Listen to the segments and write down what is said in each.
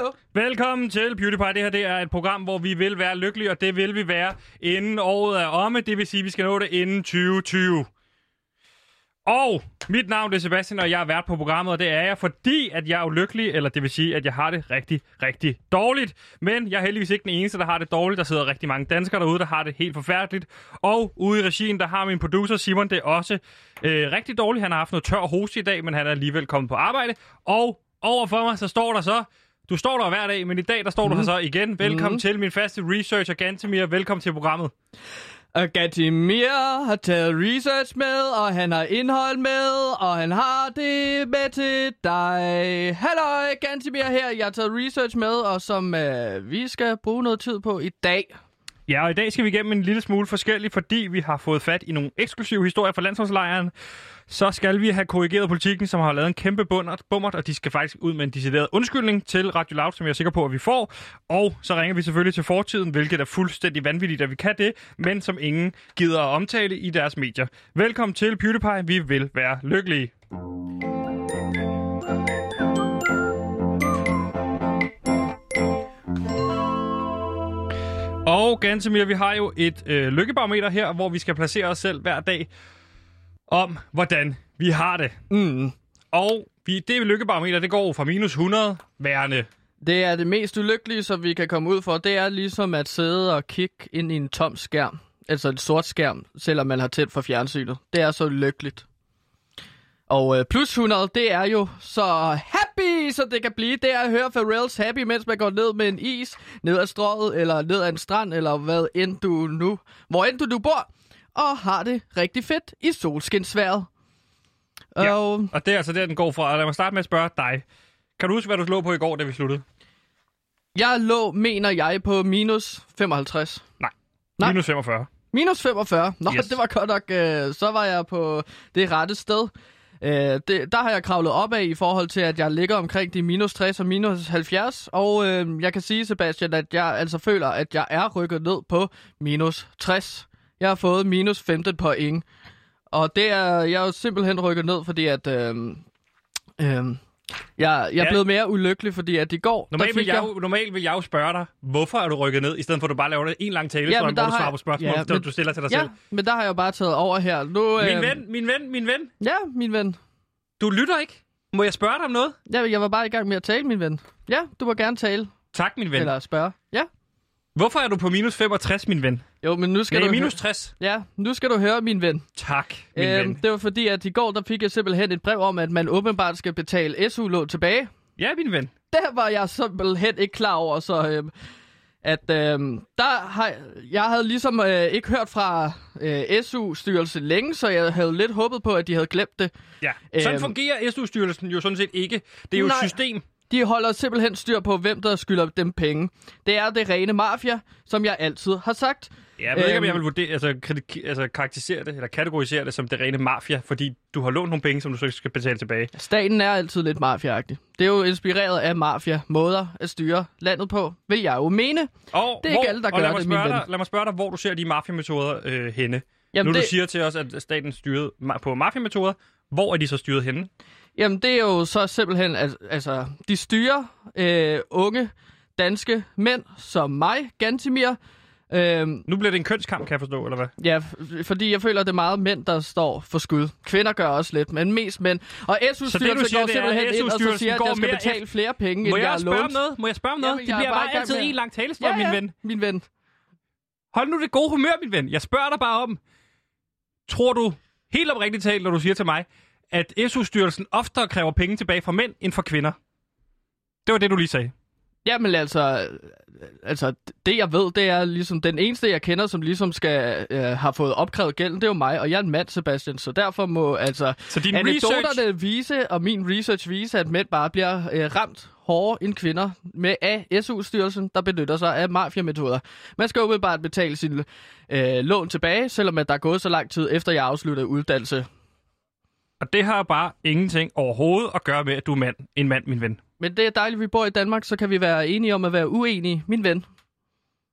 Hallo. Velkommen til PewDiePie. Det her det er et program, hvor vi vil være lykkelige, og det vil vi være inden året er omme. Det vil sige, at vi skal nå det inden 2020. Og mit navn er Sebastian, og jeg er vært på programmet, og det er jeg, fordi at jeg er ulykkelig, eller det vil sige, at jeg har det rigtig, rigtig dårligt. Men jeg er heldigvis ikke den eneste, der har det dårligt. Der sidder rigtig mange danskere derude, der har det helt forfærdeligt. Og ude i regien, der har min producer Simon det også rigtig dårligt. Han har haft noget tør hoste i dag, men han er alligevel kommet på arbejde. Og overfor mig, så står der så... Du står der hver dag, men i dag, der står du her så igen. Velkommen til min faste researcher, Gantemir. Velkommen til programmet. Og Gantemir har taget research med, og han har indhold med, og han har det med til dig. Halløj, Gantemir her. Jeg har taget research med, og som vi skal bruge noget tid på i dag. Ja, og i dag skal vi igennem en lille smule forskelligt, fordi vi har fået fat i nogle eksklusive historier fra landsholdslejren. Så skal vi have korrigeret politikken, som har lavet en kæmpe bummert, og de skal faktisk ud med en decideret undskyldning til Radio Loud, som jeg er sikker på, at vi får. Og så ringer vi selvfølgelig til fortiden, hvilket er fuldstændig vanvittigt, at vi kan det, men som ingen gider at omtale i deres medier. Velkommen til PewDiePie. Vi vil være lykkelige. Og Gantemir, vi har jo et lykkebarometer her, hvor vi skal placere os selv hver dag om, hvordan vi har det. Og det lykkebarometer, det går fra minus 100 værende. Det er det mest ulykkelige, som vi kan komme ud for. Det er ligesom at sidde og kigge ind i en tom skærm. Altså en sort skærm, selvom man har tændt for fjernsynet. Det er så ulykkeligt. Og plus 100, det er jo så happy, så det kan blive. Det er at høre Pharrells Happy, mens man går ned med en is, ned ad strøget, eller ned ad en strand, eller hvor end du nu bor, og har det rigtig fedt i solskinsvejret. Ja, og det er altså der, den går fra. Lad mig starte med at spørge dig. Kan du huske, hvad du lå på i går, da vi sluttede? Jeg lå, mener jeg, på minus 55. Nej. Minus 45. Minus 45? Nå, yes. Det var godt nok. Så var jeg på det rette sted. Der har jeg kravlet opad i forhold til, at jeg ligger omkring de minus 60 og minus 70. Og jeg kan sige, Sebastian, at jeg altså føler, at jeg er rykket ned på minus 60. Jeg har fået minus 15 point. Og det er jeg jo simpelthen rykket ned, fordi at jeg er blevet mere ulykkelig, fordi at i går... Normalt vil jeg jo spørge dig, hvorfor er du rykket ned, i stedet for at du bare laver en lang talestrøm, hvor du svarer på spørgsmål, du stiller til dig selv. Ja, men der har jeg jo bare taget over her. Nu, Min ven. Ja, min ven. Du lytter ikke? Må jeg spørge dig om noget? Ja, jeg var bare i gang med at tale, min ven. Ja, du må gerne tale. Tak, min ven. Eller spørge. Ja. Hvorfor er du på minus 65, min ven? Jo, men nu skal du... minus 60. Ja, nu skal du høre, min ven. Tak, min ven. Det var fordi, at i går, der fik jeg simpelthen et brev om, at man åbenbart skal betale SU-lån tilbage. Ja, min ven. Der var jeg simpelthen ikke klar over, så... Jeg havde ligesom ikke hørt fra SU-styrelsen længe, så jeg havde lidt håbet på, at de havde glemt det. Ja, sådan fungerer SU-styrelsen jo sådan set ikke. Det er jo et system. De holder simpelthen styr på, hvem der skylder dem penge. Det er det rene mafia, som jeg altid har sagt. Jeg ved ikke, om jeg vil vurdere, karakterisere det, eller kategorisere det som det rene mafia, fordi du har lånt nogle penge, som du så skal betale tilbage. Staten er altid lidt mafiaagtig. Det er jo inspireret af mafia-måder at styre landet på, vil jeg jo mene. Det er ikke alle, der gør det, min ven. Lad mig spørge dig, hvor du ser de mafiametoder henne. Jamen, du siger til os, at staten styret på mafiametoder. Hvor er de så styret henne? Jamen, det er jo så simpelthen, altså, de styrer unge danske mænd som mig, Gantemir. Nu bliver det en kønskamp, kan jeg forstå, eller hvad? Ja, fordi jeg føler, at det er meget mænd, der står for skud. Kvinder gør også lidt, men mest mænd. Og SU-styrelsen går simpelthen ind, og så siger, at jeg skal betale flere penge, end jeg har lånt. Må jeg spørge om noget? Det bliver bare altid en lang talestrøm, min ven. Min ven. Hold nu det gode humør, min ven. Jeg spørger dig bare om, tror du helt oprigtigt talt, når du siger til mig, at SU-styrelsen oftere kræver penge tilbage fra mænd end fra kvinder? Det var det, du lige sagde. Jamen altså, det jeg ved, det er ligesom den eneste, jeg kender, som ligesom skal have fået opkrævet gælden, det er jo mig, og jeg er en mand, Sebastian, så derfor må anekdoterne vise, og min research vise, at mænd bare bliver ramt hårdere end kvinder med af SU-styrelsen, der benytter sig af mafiametoder. Man skal jo bare betale sin lån tilbage, selvom at der er gået så lang tid efter jeg afsluttede uddannelse. Og det har bare ingenting overhovedet at gøre med, at du er en mand, min ven. Men det er dejligt, at vi bor i Danmark, så kan vi være enige om at være uenige, min ven.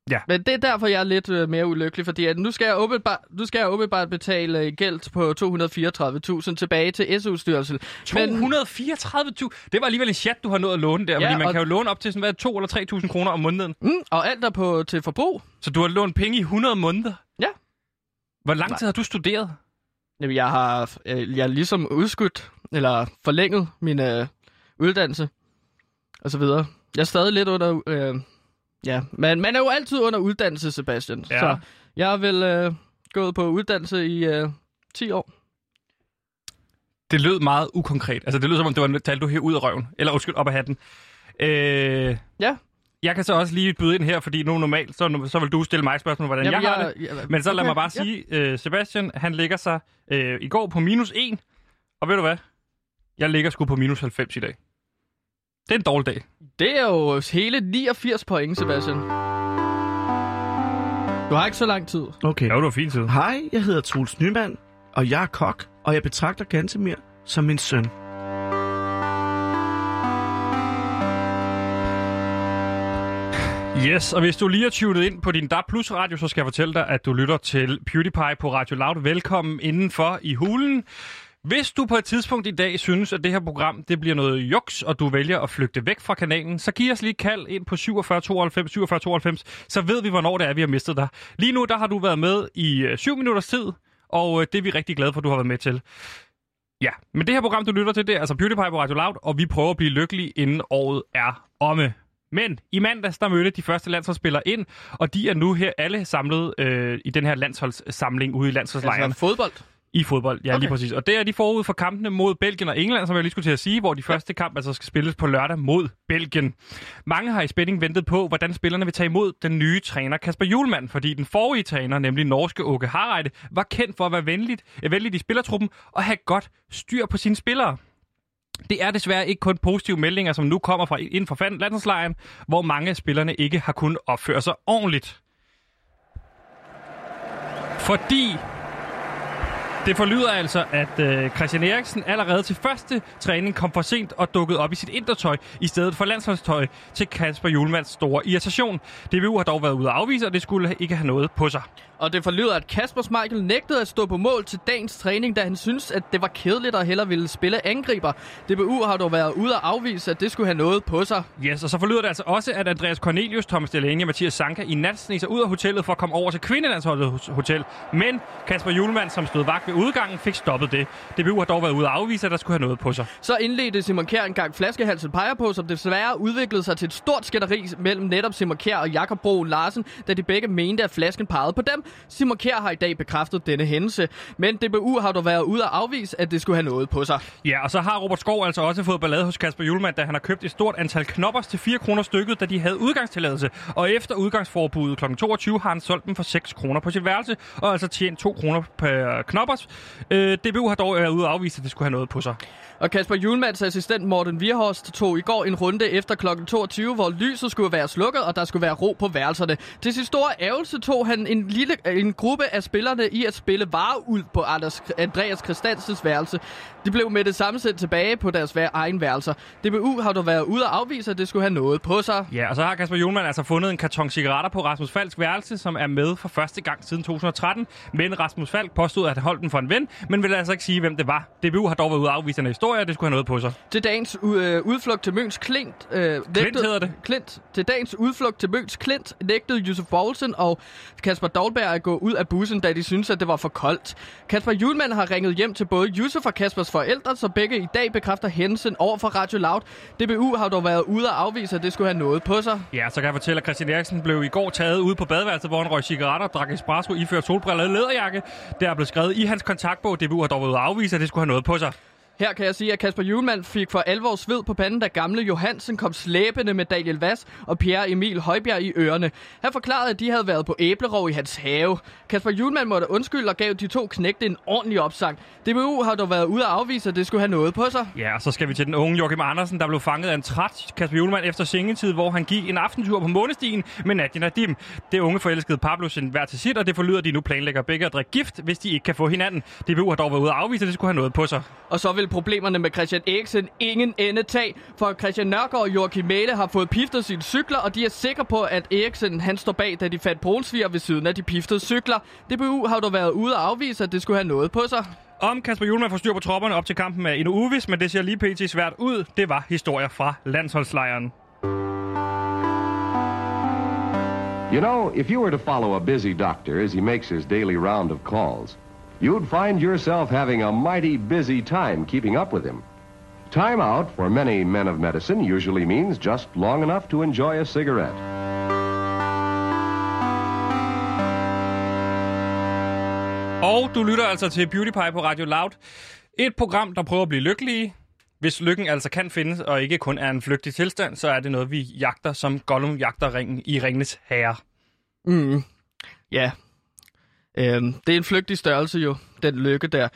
Ja. Men det er derfor, jeg er lidt mere ulykkelig, fordi at nu skal jeg åbenbart betale gæld på 234.000 tilbage til SU-styrelsen. 234.000? Det var alligevel en chat, du har nået at låne der, fordi man kan jo låne op til sådan, 2.000 eller 3.000 kroner om måneden. Og alt er til forbrug. Så du har lånt penge i 100 måneder? Ja. Hvor lang tid har du studeret? Jamen, jeg har ligesom udskudt, eller forlænget min uddannelse, og så videre. Jeg er stadig lidt under... men man er jo altid under uddannelse, Sebastian. Ja. Så jeg har vel gået på uddannelse i 10 år. Det lød meget ukonkret. Altså, det lød som om, det var tal, du her ud af røven. Eller undskyld, op af hatten. Ja. Jeg kan så også lige byde ind her, fordi nu normalt, så vil du stille mig et spørgsmål, hvordan jeg har det. Men så lad mig bare sige, Sebastian, han ligger sig i går på -1. Og ved du hvad? Jeg ligger sgu på -90 i dag. Det er en dårlig dag. Det er jo hele 89 point, Sebastian. Du har ikke så lang tid. Okay. Ja, du har fin tid. Hej, jeg hedder Troels Nyman, og jeg er kok, og jeg betragter Gantemir som min søn. Yes, og hvis du lige har tunet ind på din DAB+ radio, så skal jeg fortælle dig, at du lytter til PewDiePie på Radio Loud. Velkommen indenfor i hulen. Hvis du på et tidspunkt i dag synes, at det her program det bliver noget juks, og du vælger at flygte væk fra kanalen, så giv os lige kald ind på 47 92 47 92, så ved vi, hvornår det er, vi har mistet dig. Lige nu der har du været med i 7 minutters tid, og det er vi rigtig glade for, at du har været med til. Ja, men det her program, du lytter til, det er altså PewDiePie på Radio Loud, og vi prøver at blive lykkelige, inden året er omme. Men i mandags, der mødte de første landsholdsspillere ind, og de er nu her alle samlet i den her landsholdssamling ude i landsholdslejren. Altså fodbold? I fodbold, ja, okay. Lige præcis. Og det er de forud for kampene mod Belgien og England, som jeg lige skulle til at sige, hvor de første kamp altså skal spilles på lørdag mod Belgien. Mange har i spænding ventet på, hvordan spillerne vil tage imod den nye træner Kasper Hjulmand, fordi den forrige træner, nemlig norske Åke Hareide, var kendt for at være venlig i spillertruppen og have godt styr på sine spillere. Det er desværre ikke kun positive meldinger, som nu kommer inden for landsholdslejren, hvor mange af spillerne ikke har kunnet opføre sig ordentligt. Fordi det forlyder altså, at Christian Eriksen allerede til første træning kom for sent og dukkede op i sit intertøj i stedet for landsholdstøj til Kasper Hjulmands store irritation. DBU har dog været ude at afvise, og det skulle ikke have noget på sig. Og det forlyder, at Kasper Schmeichel nægtede at stå på mål til dagens træning, da han syntes, at det var kedeligt og hellere ville spille angriber. DBU har dog været ude at afvise, at det skulle have noget på sig. Yes, og så forlyder det altså også, at Andreas Cornelius, Thomas Delaney og Mathias Sanka i nat sneg sig ud af hotellet for at komme over til kvindelandsholdets hotel. Men Kasper Hjulmand, som stod vagt ved udgangen, fik stoppet det. DBU har dog været ude at afvise, at der skulle have noget på sig. Så indledte Simon Kjær en gang flaskehalsen peger på, som desværre udviklede sig til et stort skænderi mellem netop Simon Kjær og Jakob Bro Larsen, da de begge mente, at flasken pegede på dem. Simon Kjær har i dag bekræftet denne hændelse, men DBU har dog været ude at afvise, at det skulle have noget på sig. Ja, og så har Robert Skov altså også fået ballade hos Kasper Hjulmand, da han har købt et stort antal knoppers til 4 kroner stykket, da de havde udgangstilladelse. Og efter udgangsforbuddet kl. 22 har han solgt dem for 6 kroner på sit værelse, og altså tjent 2 kroner per knoppers. DBU har dog været ude at afvise, at det skulle have noget på sig. Og Kasper Hjulmands assistent Morten Virhorst tog i går en runde efter kl. 22, hvor lyset skulle være slukket, og der skulle være ro på værelserne. Til sin store ærgelse tog han en gruppe af spillerne i at spille varer ud på Andreas Christiansens værelse. De blev med det samme sendt tilbage på deres egen værelser. DBU har dog været ude at afvise, at det skulle have noget på sig. Ja, og så har Kasper Hjulmand altså fundet en karton cigaretter på Rasmus Falks værelse, som er med for første gang siden 2013. Men Rasmus Falk påstod, at han holdt den for en ven, men ville altså ikke sige, hvem det var. DBU har dog været ude at afvise den historie, at det skulle have noget på sig. Til dagens udflugt til Møns Klint... Klint hedder det. Klint. Til dagens udflugt til Møns Klint nægtede Yusuf Poulsen og Kasper Dolberg at gå ud af bussen, da de syntes, at det var for koldt. Kasper Hjulmand har ringet hjem til både Yusuf og Kaspers forældre, så begge i dag bekræfter hændelsen over for Radio Loud. DBU har dog været ude at afvise, at det skulle have noget på sig. Ja, så kan jeg fortælle, at Christian Eriksen blev i går taget ude på badeværelset, hvor han røg cigaretter, drak espresso, iført solbriller og læderjakke. Der er blevet skrevet i hans kontaktbog. DBU har dog været ude at afvise, at det skulle have noget på sig. Her kan jeg sige, at Kasper Hjulmand fik for alvor sved på panden, da gamle Johansen kom slæbende med Daniel Vass og Pierre Emil Højbjerg i ørerne. Han forklarede, at de havde været på æblerov i hans have. Kasper Hjulmand måtte undskylde og gav de to knægte en ordentlig opsang. DBU har dog været ude at afvise, at det skulle have noget på sig. Ja, så skal vi til den unge Joachim Andersen, der blev fanget af en træt Kasper Hjulmand efter sengetid, hvor han gik en aftentur på månestien med Nadia Nadim. Det unge forelskede Pablo sin hver til sit, og det forlyder, at de nu planlægger begge at drikke gift, hvis de ikke kan få hinanden. DBU har dog været ude at afvise, at det skulle have noget på sig. Og så vil vil problemerne med Christian Eriksen ingen ende tage, for Christian Nørgaard og Joachim Mæhle har fået piftet sine cykler, og de er sikre på, at Eriksen han står bag, da de fandt brunsviger ved siden af de piftede cykler. DBU har dog været ude og afvise, at det skulle have noget på sig. Om Kasper Hjulmand får styr på tropperne op til kampen er endnu uvis, men det ser lige pt. Svært ud. Det var historier fra landsholdslejren. You know, if you were to follow a busy doctor as he makes his daily round of calls, you'd find yourself having a mighty busy time keeping up with him. Time out for many men of medicine usually means just long enough to enjoy a cigarette. Og du lytter altså til Beauty Pie på Radio Loud. Et program, der prøver at blive lykkelige. Hvis lykken altså kan findes, og ikke kun er en flygtig tilstand, så er det noget, vi jagter, som Gollum jagter ringen i Ringenes Herre. Ja. Det er en flygtig størrelse jo, den lykke der.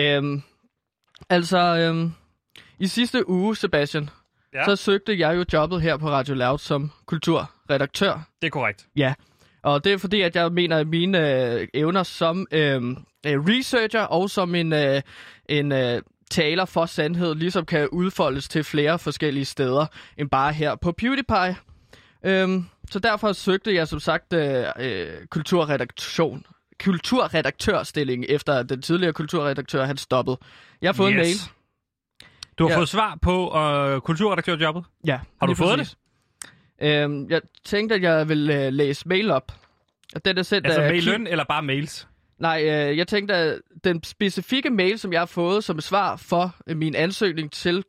I sidste uge, Sebastian, så søgte jeg jo jobbet her på Radio Loud som kulturredaktør. Det er korrekt. Ja, og det er fordi, at jeg mener, at mine evner som researcher og som en taler for sandhed ligesom kan udfoldes til flere forskellige steder end bare her på PewDiePie. Så derfor søgte jeg som sagt kulturredaktørstilling efter den tidligere kulturredaktør han stoppede. Jeg har fået en mail. Du har fået svar på kulturredaktørjobbet? Ja. Har du fået det? Jeg tænkte, at jeg ville læse mail op. Og den er sendt altså mail-løn eller bare mails? Nej, jeg tænkte, at den specifikke mail, som jeg har fået som svar for min ansøgning til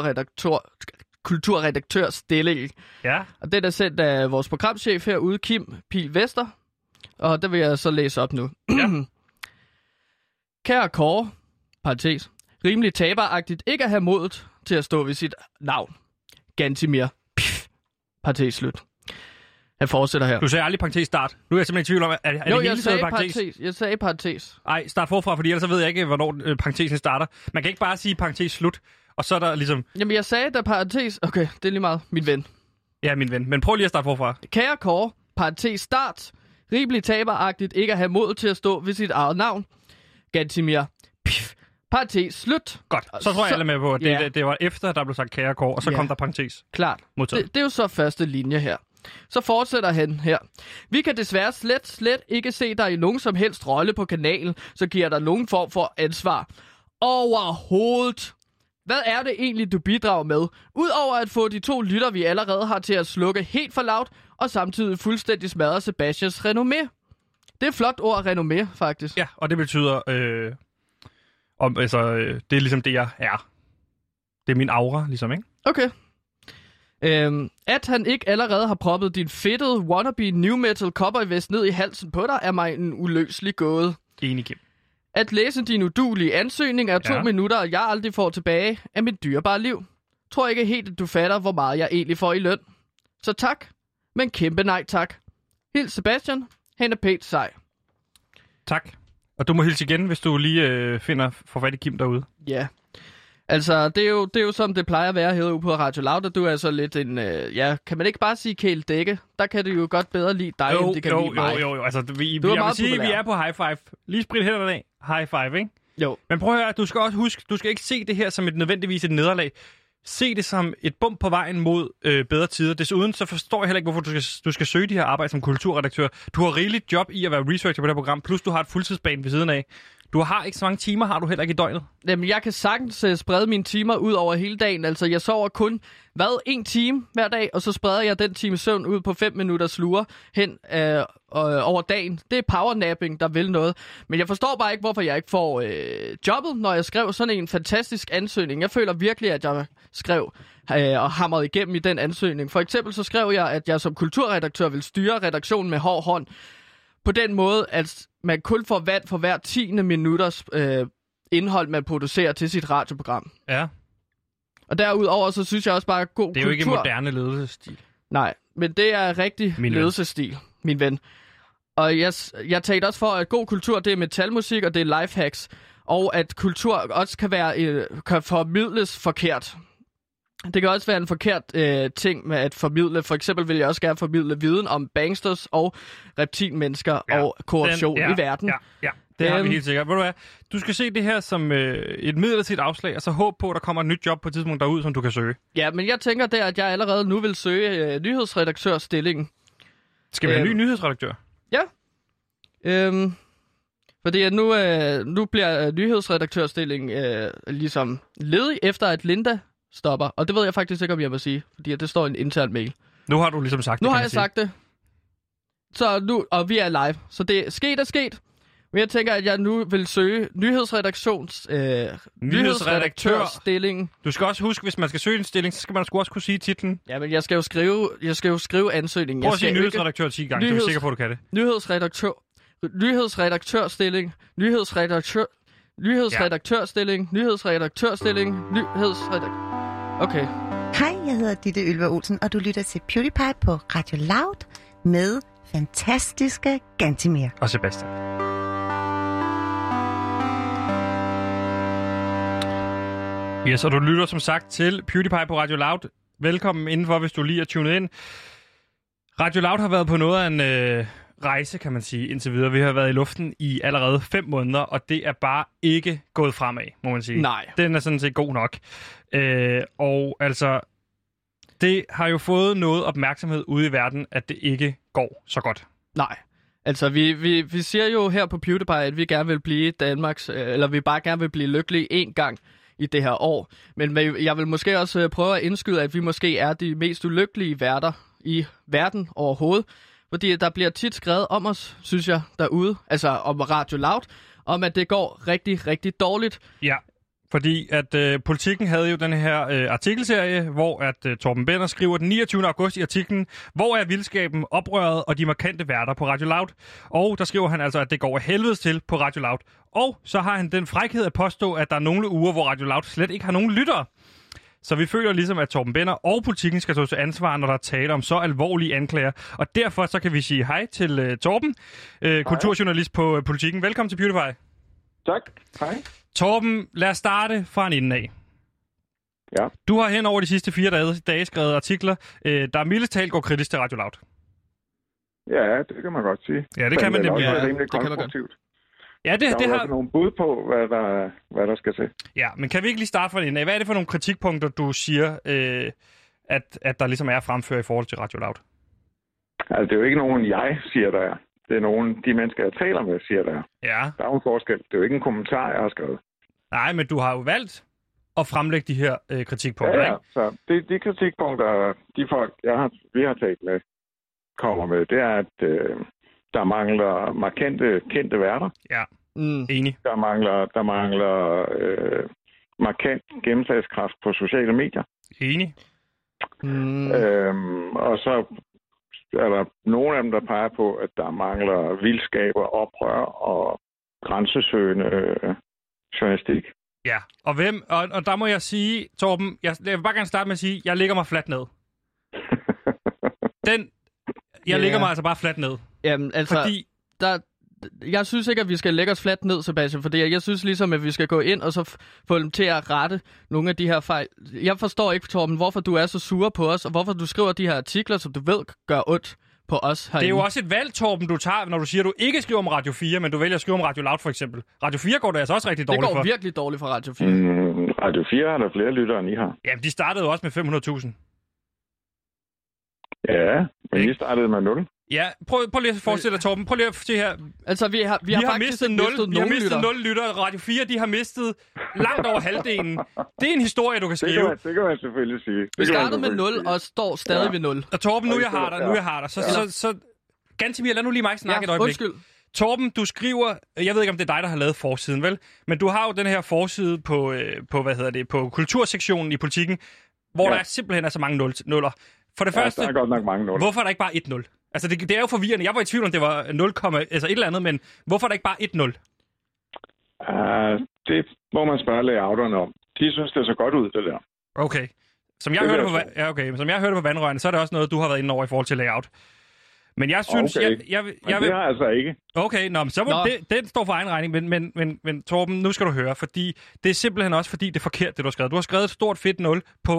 kulturredaktørstilling. Ja. Og den er sendt af vores programchef herude, Kim Pil Vester. Og det vil jeg så læse op nu. Ja. Kære Kåre, parentes, rimelig taberagtigt ikke at have modet til at stå ved sit navn. Gantimir, parentes slut. Han fortsætter her. Du sagde aldrig parentes start. Nu er jeg simpelthen i tvivl om, er det hele taget parentes? Jeg sagde parentes. Ej, start forfra, fordi ellers så ved jeg ikke, hvornår parentesen starter. Man kan ikke bare sige parentes slut, og så er der ligesom... Jamen, jeg sagde der parentes... Okay, det er lige meget. Min ven. Ja, min ven. Men prøv lige at starte forfra. Kære Kåre, parentes start. Rimelig taberagtigt ikke at have mod til at stå ved sit eget navn. Gantimir, parentes slut. Godt, så tror jeg alle med på, at det var efter, der blev sagt kære Kåre, og så kom der parentes. Klart. Det er jo så første linje her. Så fortsætter han her. Vi kan desværre slet ikke se dig i nogen som helst rolle på kanalen, så giver der nogen form for ansvar. Overhovedet. Hvad er det egentlig, du bidrager med? Udover at få de 2 lytter, vi allerede har til at slukke helt for lavt, og samtidig fuldstændig smadre Sebastians renommé. Det er et flot ord, renommé, faktisk. Ja, og det betyder... det er ligesom det, jeg er. Det er min aura, ligesom, ikke? Okay. At han ikke allerede har proppet din fedtede wannabe new metal cowboy-vest ned i halsen på dig, er mig en uløselig gåde. Enig, Kim. At læse din uduelige ansøgning af 2 minutter, og jeg aldrig får tilbage, er mit dyrebare liv. Tror ikke helt, at du fatter, hvor meget jeg egentlig får i løn. Så tak, men kæmpe nej tak. Hils Sebastian, han er pænt sej. Tak. Og du må hilse igen, hvis du lige får fat i Kim derude. Ja. Altså, det er jo som det plejer at være herude på Radio Loud, og du er så lidt en, kan man ikke bare sige kæledække? Der kan det jo godt bedre lide dig, end det kan lide mig. Jo. Altså, vi er på high five. Lige sprit hænderne af. High five, ikke? Jo. Men prøv at høre, du skal også huske, du skal ikke se det her som nødvendigvis et nederlag. Se det som et bump på vejen mod bedre tider. Desuden så forstår jeg heller ikke, hvorfor du skal søge de her arbejde som kulturredaktør. Du har rigeligt job i at være researcher på det her program, plus du har et fuldtidsbane ved siden af. Du har ikke så mange timer, har du heller ikke i døgnet? Jamen, jeg kan sagtens sprede mine timer ud over hele dagen. Altså, jeg sover kun, 1 time hver dag, og så spreder jeg den time søvn ud på 5 minutters lure hen over dagen. Det er powernapping, der vil noget. Men jeg forstår bare ikke, hvorfor jeg ikke får jobbet, når jeg skrev sådan en fantastisk ansøgning. Jeg føler virkelig, at jeg skrev og hamrede igennem i den ansøgning. For eksempel så skrev jeg, at jeg som kulturredaktør vil styre redaktionen med hård hånd. På den måde, at man kun får vand for hver 10. minutters indhold, man producerer til sit radioprogram. Ja. Og derudover, så synes jeg også bare, at god kultur... Det er jo ikke moderne ledelsesstil. Nej, men det er rigtig ledelsesstil, min ven. Og jeg talte også for, at god kultur, det er metalmusik, og det er lifehacks. Og at kultur også kan formidles forkert. Det kan også være en forkert ting med at formidle. For eksempel vil jeg også gerne formidle viden om banksters og reptilmennesker og korruption i verden. Det har vi helt sikkert. Ved du hvad? Du skal se det her som et midlertidigt afslag, og så håb på, at der kommer et nyt job på et tidspunkt derud, som du kan søge. Ja, men jeg tænker der, at jeg allerede nu vil søge nyhedsredaktørstillingen. Skal vi have en ny nyhedsredaktør? Ja. Fordi at nu bliver nyhedsredaktørstillingen ligesom ledig, efter at Linda stopper. Og det ved jeg faktisk ikke, om jeg må sige, fordi at det står i en intern mail. Nu har du ligesom sagt det. Nu har jeg sagt det. Så nu, og vi er live. Så det er sket. Men jeg tænker, at jeg nu vil søge nyhedsredaktørstillingen. Du skal også huske, hvis man skal søge en stilling, så skal man også kunne sige titlen. Ja, men jeg skal jo skrive ansøgningen. Prøv at sige nyhedsredaktør 10 gange, så er vi sikre på, at du kan det. Nyhedsredaktørstilling. Okay. Hej, jeg hedder Ditte Ylva Olsen, og du lytter til PewDiePie på Radio Loud med fantastiske Gantimir. Og Sebastian. Yes, og du lytter som sagt til PewDiePie på Radio Loud. Velkommen indenfor, hvis du lige er tunet ind. Radio Loud har været på noget af en rejse, kan man sige, indtil videre. Vi har været i luften i allerede 5 måneder, og det er bare ikke gået fremad, må man sige. Nej. Den er sådan set god nok. Og altså, det har jo fået noget opmærksomhed ude i verden, at det ikke går så godt. Nej. Altså, vi siger jo her på PewDiePie, at vi gerne vil blive Danmarks, eller vi bare gerne vil blive lykkelige en gang i det her år. Men jeg vil måske også prøve at indskyde, at vi måske er de mest ulykkelige værter i verden overhovedet. Fordi der bliver tit skrevet om os, synes jeg, derude, altså om Radio Loud, om at det går rigtig, rigtig dårligt. Ja, fordi at Politikken havde jo den her artikelserie, hvor at Torben Benner skriver den 29. august i artiklen, hvor er vildskaben, oprøret og de markante værter på Radio Loud. Og der skriver han altså, at det går af helvedes til på Radio Loud. Og så har han den frækhed at påstå, at der er nogle uger, hvor Radio Loud slet ikke har nogen lyttere. Så vi føler ligesom, at Torben Benner og Politikken skal stå til ansvar, når der er tale om så alvorlige anklager. Og derfor så kan vi sige hej til Torben, kulturjournalist på Politikken. Velkommen til PewDiePie. Tak. Hej. Torben, lad os starte fra en ende af. Ja. Du har hen over de sidste 4 dage skrevet artikler, der mildest talt går kritisk til Radio Loud. Ja, det kan man godt sige. Ja, det kan man nemlig. Det er rimelig konstruktivt. Ja, der har nogle bud på, hvad der skal til. Ja, men kan vi ikke lige starte fra en af? Hvad er det for nogle kritikpunkter, du siger, at der ligesom er fremført i forhold til Radio Loud? Altså, det er jo ikke nogen, jeg siger, der er. Det er nogen, de mennesker, jeg taler med, siger, der er. Ja. Der er jo en forskel. Det er jo ikke en kommentar, jeg har skrevet. Nej, men du har jo valgt at fremlægge de her kritikpunkter, ja, ikke? Så de kritikpunkter, de folk, vi har talt med, kommer med, det er, at der mangler markante, kendte værter. Ja, enig. Der mangler markant gennemslagskraft på sociale medier. Enig. Og så er der nogle af dem, der peger på, at der mangler vildskab og oprør og grænsesøgende journalistik. Ja, og der må jeg sige, Torben, jeg vil bare gerne starte med at sige, jeg lægger mig fladt ned. Jeg lægger mig altså bare fladt ned. Jamen, altså, fordi jeg synes ikke, at vi skal lægge os fladt ned, Sebastian, fordi jeg synes ligesom, at vi skal gå ind og så få dem til at rette nogle af de her fejl. Jeg forstår ikke, Torben, hvorfor du er så sur på os, og hvorfor du skriver de her artikler, som du ved gør ondt på os herinde. Det er jo også et valg, Torben, du tager, når du siger, at du ikke skriver om Radio 4, men du vælger at skrive om Radio Loud, for eksempel. Radio 4 går det altså også rigtig dårligt for. Det går virkelig dårligt for Radio 4. Radio 4 har der flere lyttere, end I har. Jamen, de startede jo også med 500.000. Ja, men I startede med 0. Ja, prøv lige at forestille dig, Torben. Prøv lige at se her. Altså, vi har faktisk mistet 0 lytter. Radio 4, de har mistet langt over halvdelen. Det er en historie, du kan skrive. Det kan man selvfølgelig sige. Vi startede med 0 og står stadig ved 0. Og Torben, nu jeg har dig. Så Gantimir, lad nu lige mig snakke et øjeblik. Undskyld. Torben, du skriver, jeg ved ikke, om det er dig, der har lavet forsiden, vel? Men du har jo den her forside på kultursektionen i Politikken, hvor der simpelthen er så mange nuller. For det første, der er godt nok mange nuller. Hvorfor er der ikke bare 1-0? Altså, det er jo forvirrende. Jeg var i tvivl, om det var 0, altså et eller andet, men hvorfor er der ikke bare 1-0? Det må man spørge layouterne om. De synes, det er så godt ud, det der. Okay. Som jeg hørte på vandrørene, så er det også noget, du har været inde over i forhold til layout. Men jeg synes, Okay. jeg Men vil... det har jeg altså ikke. Okay, men så må den står for egen regning. Men Torben, nu skal du høre, fordi det er simpelthen også fordi det er forkert, det du har skrevet. Du har skrevet et stort fedt 0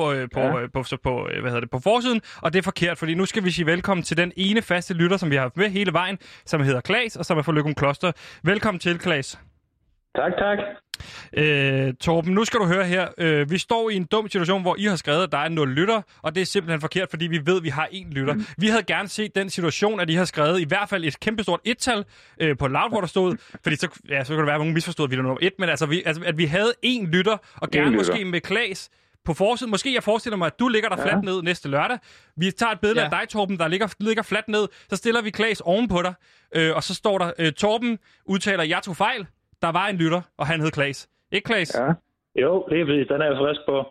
på forsiden, og det er forkert, fordi nu skal vi sige velkommen til den ene faste lytter, som vi har haft med hele vejen, som hedder Claes, og som er fra Løgumkloster. Velkommen til, Claes. Tak. Torben, nu skal du høre her. Vi står i en dum situation, hvor I har skrevet, at der er 0 lytter, og det er simpelthen forkert, fordi vi ved, at vi har 1 lytter. Vi havde gerne set den situation, at I har skrevet i hvert fald et kæmpestort 1-tal på Loud, hvor der stod, fordi så kan det være, at nogen misforstod, at vi er nummer 1, men at vi havde 1 lytter, og gerne måske med Claes på forsiden. Måske jeg forestiller mig, at du ligger der fladt ned næste lørdag. Vi tager et billede af dig, Torben, der ligger fladt ned. Så stiller vi Claes ovenpå dig, og så står der, Torben udtaler, jeg tog fejl. Der var en lytter, og han hed Claes. Ikke Claes? Ja. Jo, det er fordi, den er jeg frisk på.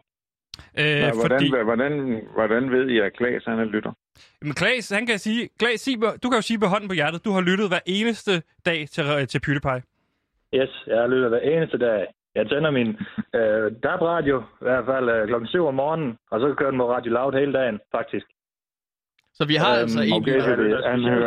Hvordan ved I, at Claes han er lytter? Men Claes, han kan sige... Claes, du kan jo sige med hånden på hjertet, du har lyttet hver eneste dag til PewDiePie. Yes, jeg har lyttet hver eneste dag. Jeg tænder min DAB-radio, i hvert fald klokken 7 om morgenen, og så kører den på Radio Loud hele dagen, faktisk. Så vi har altså en okay, lytter.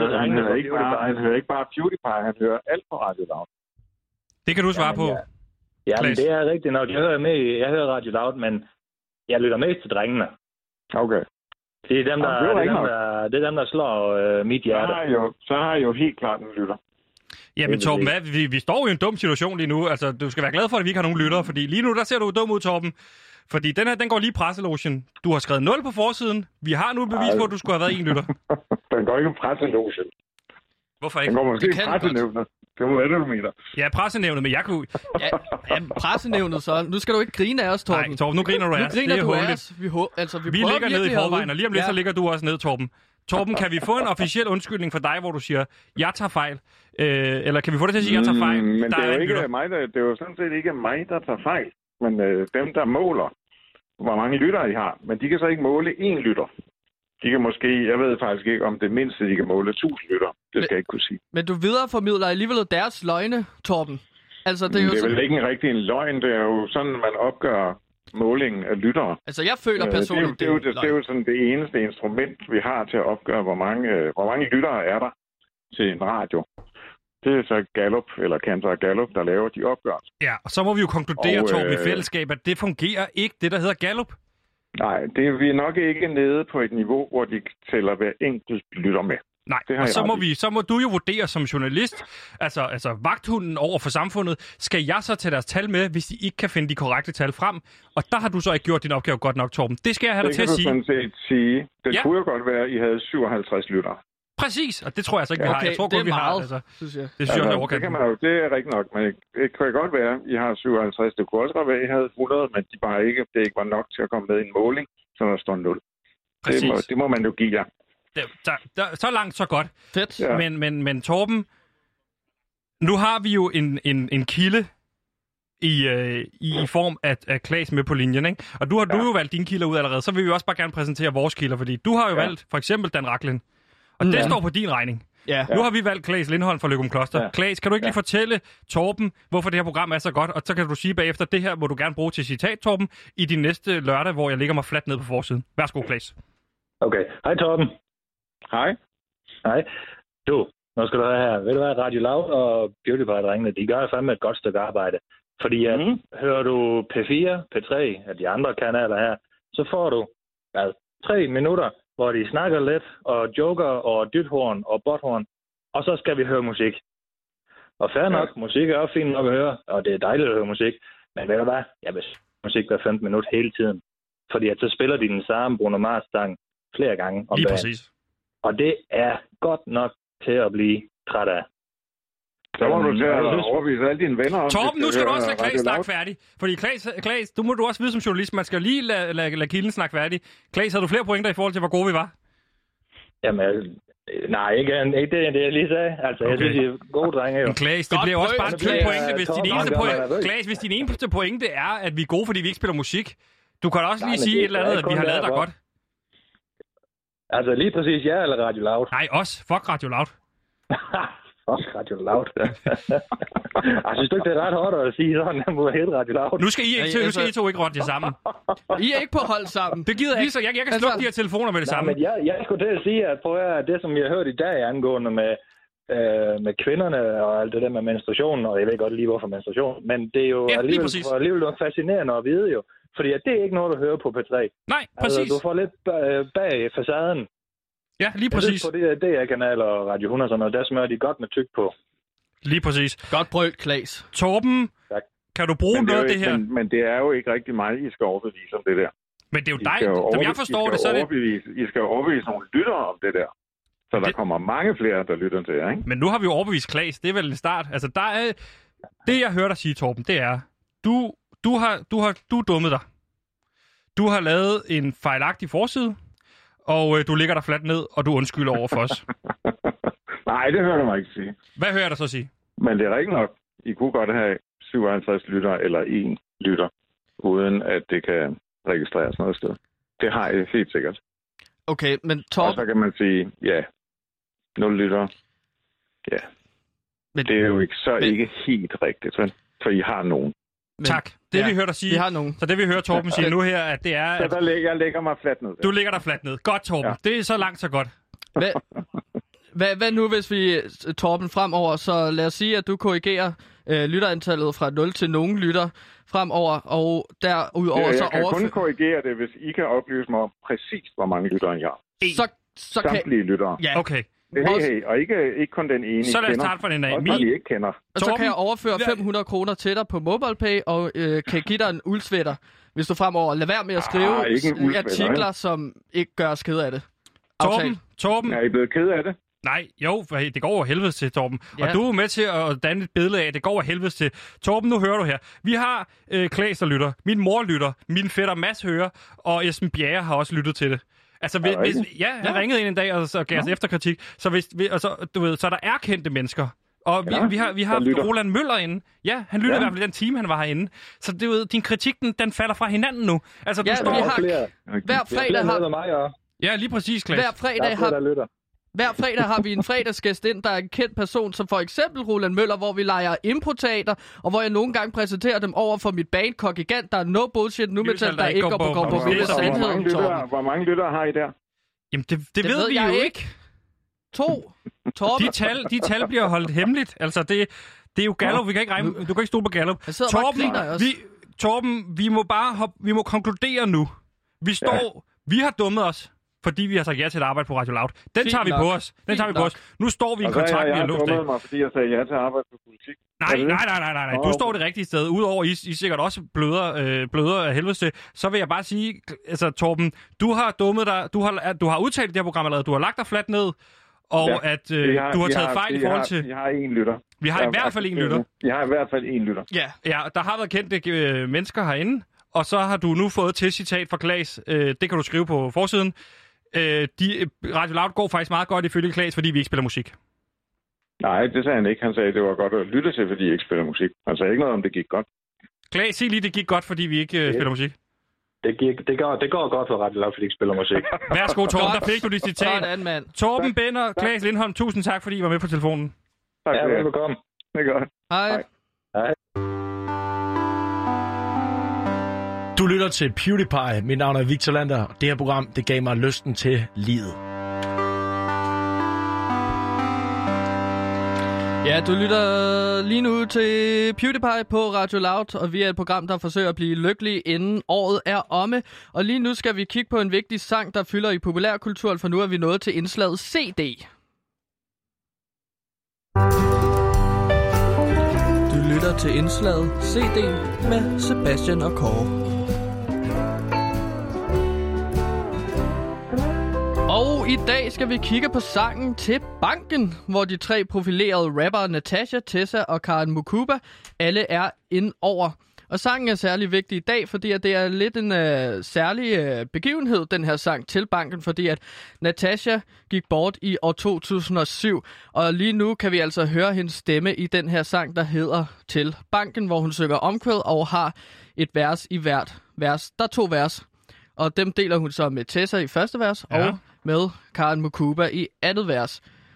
Han hører ikke bare PewDiePie, han hører alt på Radio Loud. Det kan du svare på. Ja, men det er rigtigt nok. Jeg hører Radio Loud, men jeg lytter mest til drengene. Okay. Det er dem, der slår mit hjerte. Så har jeg jo helt klart en lytter. Jamen Torben, vi står jo i en dum situation lige nu. Altså, du skal være glad for, at vi ikke har nogen lyttere, fordi lige nu, der ser du dum ud, Torben. Fordi den her, den går lige i presselogen. Du har skrevet 0 på forsiden. Vi har nu bevis på, at du skulle have været 1 lytter. Den går ikke i presselogen. Hvorfor ikke? Den går måske i pressenævnet. Det må være det, du mener. Ja, pressenævnet, men jeg kunne... Ja, pressenævnet så. Nu skal du ikke grine af os, Torben. Nej, Torben, nu griner du af os. Nu griner du af os. Vi ligger nede i forvejen, og lige om lidt, så ligger du også ned, Torben. Torben, kan vi få en officiel undskyldning fra dig, hvor du siger, jeg tager fejl? Eller kan vi få det til at sige, jeg tager fejl? Men det er jo ikke mig, det er jo sådan set ikke mig, der tager fejl. Men dem, der måler, hvor mange lyttere I har, men de kan så ikke måle 1 lytter. De kan måske, jeg ved faktisk ikke, om det mindste, de kan måle 1000 lytter. Det skal jeg ikke kunne sige. Men du videreformidler alligevel deres løgne, Torben. Altså, det er vel ikke rigtig en løgn. Det er jo sådan, man opgør målingen af lyttere. Altså, jeg føler personligt, det er jo sådan det eneste instrument, vi har til at opgøre, hvor mange lyttere er der til en radio. Det er så Gallup, eller Kantar Gallup, der laver de opgørelser. Ja, og så må vi jo konkludere, Torben, i fællesskab, at det fungerer ikke, det der hedder Gallup. Nej, vi er nok ikke nede på et niveau, hvor de tæller hver enkelt lytter med. Nej, og så må du jo vurdere som journalist, altså vagthunden over for samfundet, skal jeg så tage deres tal med, hvis de ikke kan finde de korrekte tal frem? Og der har du så ikke gjort din opgave godt nok, Torben. Det skal jeg have dig til at sige. Det kan du sådan set sige. Det kunne jo godt være, at I havde 57 lyttere. Præcis, og det tror jeg så ikke, vi har. Okay, jeg tror det er godt, vi meget, har. Altså, synes jeg. Det synes jeg, det er rigtigt nok, men det kan godt være, at I har 57. Det kunne også godt være, at I havde 100, men det ikke var nok til at komme med i en måling, så der står 0. Det må man jo give jer. Så langt, så godt. Fedt. Ja. Men Torben, nu har vi jo en kilde i form af Claes med på linjen, ikke? Og du har jo valgt dine kilder ud allerede, så vil vi også bare gerne præsentere vores kilder, fordi du har jo valgt for eksempel Dan Rachlin, og det står på din regning. Ja. Nu har vi valgt Claes Lindholm fra Løgumkloster. Ja. Claes, kan du ikke lige fortælle Torben, hvorfor det her program er så godt, og så kan du sige bagefter, det her må du gerne bruge til citat, Torben, i din næste lørdag, hvor jeg ligger mig fladt ned på forsiden. Værsgo, Claes. Okay. Hej, Torben. Hej. Hej. Du, nu skal du høre her. Ved du hvad, Radio Loud og PewDiePie-drengene, de gør fandme et godt stykke arbejde. Fordi hører du P4, P3 af de andre kanaler her, så får du 3 minutter, hvor de snakker lidt, og joker, og dythorn, og botthorn, og så skal vi høre musik. Og fair nok, musik er også fint nok at høre, og det er dejligt at høre musik, men ved du hvad, jeg vil musik hver 15 minutter hele tiden. Fordi at så spiller de den samme Bruno Mars-sang flere gange om dagen. Lige præcis. Og det er godt nok til at blive træt af. Så må du til at overvise alle dine venner om. Torben, nu skal du også lade Claes snakke færdig. Fordi Claes, du må du også vide som journalist, man skal lige lade kilden snakke færdig. Claes, har du flere pointer i forhold til, hvor gode vi var? Jamen, nej, ikke det, jeg lige sagde. Altså, okay. Jeg synes, I er gode drenge, jo. Men Claes, det bliver også bare en tynd pointe, hvis din eneste pointe er, at vi er gode, fordi vi ikke spiller musik. Du kan også lige sige et eller andet, at vi har lavet dig godt. Altså, lige præcis jer eller Radio Loud? Nej, os. Fuck Radio Loud. Fuck Radio Loud. Jeg synes ikke, det er ret hårdt at sige sådan, at må hedde Radio Loud. Nu skal I to ikke rotte jer sammen. I er ikke på hold sammen. Det gider jeg ikke, så jeg kan slukke de her telefoner med det samme. Men jeg skulle til at sige, at prøv at det, som jeg har hørt i dag angående med kvinderne og alt det der med menstruation, og jeg ved godt lige, hvorfor menstruation, men det er jo alligevel fascinerende at vide jo. Fordi at det er ikke noget, du hører på P3. Nej, præcis. Altså, du får lidt bag facaden. Ja, lige præcis. På det DR-kanal og Radio 100 og sådan noget, der smører de godt med tyk på. Lige præcis. Godt brøl, Klaas. Torben, tak. Kan du bruge noget af det her? Men det er jo ikke rigtig mig, I skal overbevise om det der. Men det er jo dig, som jeg forstår det, så er det... I skal overbevise nogle lyttere om det der. Så der kommer mange flere, der lytter til jer, ikke? Men nu har vi jo overbevist Klaas, det er vel en start. Altså, der er... Det, jeg hører dig sige, Torben, det er... Du dummet dig. Du har lavet en fejlagtig forside, og du ligger der fladt ned, og du undskylder over for os. Nej, det hører du mig ikke sige. Hvad hører jeg dig så sige? Men det er rigtigt nok. I kunne godt have 57 lytter eller 1 lytter, uden at det kan registreres noget sted. Det har jeg helt sikkert. Okay, men Torben... Og så kan man sige, ja, 0 lytter. Ja. Men det er jo ikke helt rigtigt, vel? For I har nogen. Men, tak. Det vi hører dig sige. Vi har nogen. Så det vi hører Torben sige nu her, at det er... Så jeg lægger mig fladt ned. Du ligger der fladt ned. Godt, Torben. Ja. Det er så langt, så godt. Hvad nu, hvis vi, Torben, fremover, så lad os sige, at du korrigerer lytterantallet fra 0 til nogen lytter fremover, og derudover så overfører... Jeg kan kun korrigere det, hvis I kan oplyse mig om præcis, hvor mange lyttere I har. Så samtlige lyttere. Ja, okay. Hey, og ikke kun den ene, så lad os starte fra den af. Også I ikke kender. Og så kan jeg overføre 500 kroner til dig på MobilePay, og kan give dig en uldsvætter, hvis du fremover lader være med at skrive artikler, som ikke gør os ked af det. Torben. Er I blevet ked af det? Nej, jo, det går over helvedes til, Torben. Ja. Og du er med til at danne et billede af, at det går over helvedes til. Torben, nu hører du her. Vi har Klaas, der lytter. Min mor lytter. Min fætter Mads hører. Og Esben Bjerre har også lyttet til det. Altså, han ringede ind en dag og så gav os efterkritik. Så der er kendte mennesker. Og vi har Roland Møller inde. Ja, han lytter i hvert fald i den time, han var herinde. Så det ved, din kritik, den falder fra hinanden nu. Altså, du står... Hver fredag har... Ja, lige præcis, Klaas. Hver fredag har vi en fredagsgæst ind, der er en kendt person, som for eksempel Roland Møller, hvor vi leger improteater, og hvor jeg nogle gange præsenterer dem over for mit band Kogigant, der er no bullshit, nu metal, der ikke går på vildt sandheden. Hvor mange lyttere har I der? Jamen, det ved vi jo ikke. 2. Torben. De tal bliver holdt hemmeligt. Altså, det er jo Gallup. Vi kan ikke regne. Du kan ikke stole på Gallup. Torben, vi må konkludere nu. Vi har dummet os, fordi vi har sagt ja til at arbejde på Radio Loud. Den tager vi på os. Nu står vi i en kontrakt, vi har luftet. Jeg har mig, fordi jeg sagde ja til at arbejde på politik. Nej. Du står det rigtige sted. Udover I sikkert også bløder af helvede til. Så vil jeg bare sige, altså Torben, du har dummet dig. Du har udtalt det her program allerede. Du har lagt dig fladt ned. Og at du har taget fejl i forhold til... Vi har 1 lytter. Vi har i hvert fald 1 lytter. Jeg har i hvert fald 1 lytter. Ja, der har været kendte mennesker herinde. Og så har du nu fået til citat fra Klaas. Det kan du skrive på forsiden. Radio Loud går faktisk meget godt ifølge Klaas, fordi vi ikke spiller musik. Nej, det sagde han ikke. Han sagde, at det var godt at lytte til, fordi I ikke spiller musik. Han sagde ikke noget om, det gik godt. Klaas, sig lige, det gik godt, fordi vi ikke spiller musik. Det går godt for Radio Loud, fordi I ikke spiller musik. Værsgo, Torben, der fik du dit citat. Torben Benner, Klaas Lindholm, tusind tak, fordi I var med på telefonen. Tak, velbekomme. Det er godt. Hej. Du lytter til PewDiePie. Mit navn er Victor Lander. Det her program, det gav mig lysten til livet. Ja, du lytter lige nu til PewDiePie på Radio Loud, og vi er et program, der forsøger at blive lykkelige, inden året er omme. Og lige nu skal vi kigge på en vigtig sang, der fylder i populærkulturen, for nu er vi nået til indslaget CD. Du lytter til indslaget CD med Sebastian og Kåre. Og i dag skal vi kigge på sangen Til Banken, hvor de 3 profilerede rappere Natasha, Tessa og Karen Mukuba alle er ind over. Og sangen er særlig vigtig i dag, fordi at det er lidt en særlig begivenhed, den her sang Til Banken, fordi at Natasha gik bort i år 2007. Og lige nu kan vi altså høre hendes stemme i den her sang, der hedder Til Banken, hvor hun synger omkvæd og har et vers i hvert vers. Der er 2 vers, og dem deler hun så med Tessa i første vers og med Karen Mukuba i andet vers.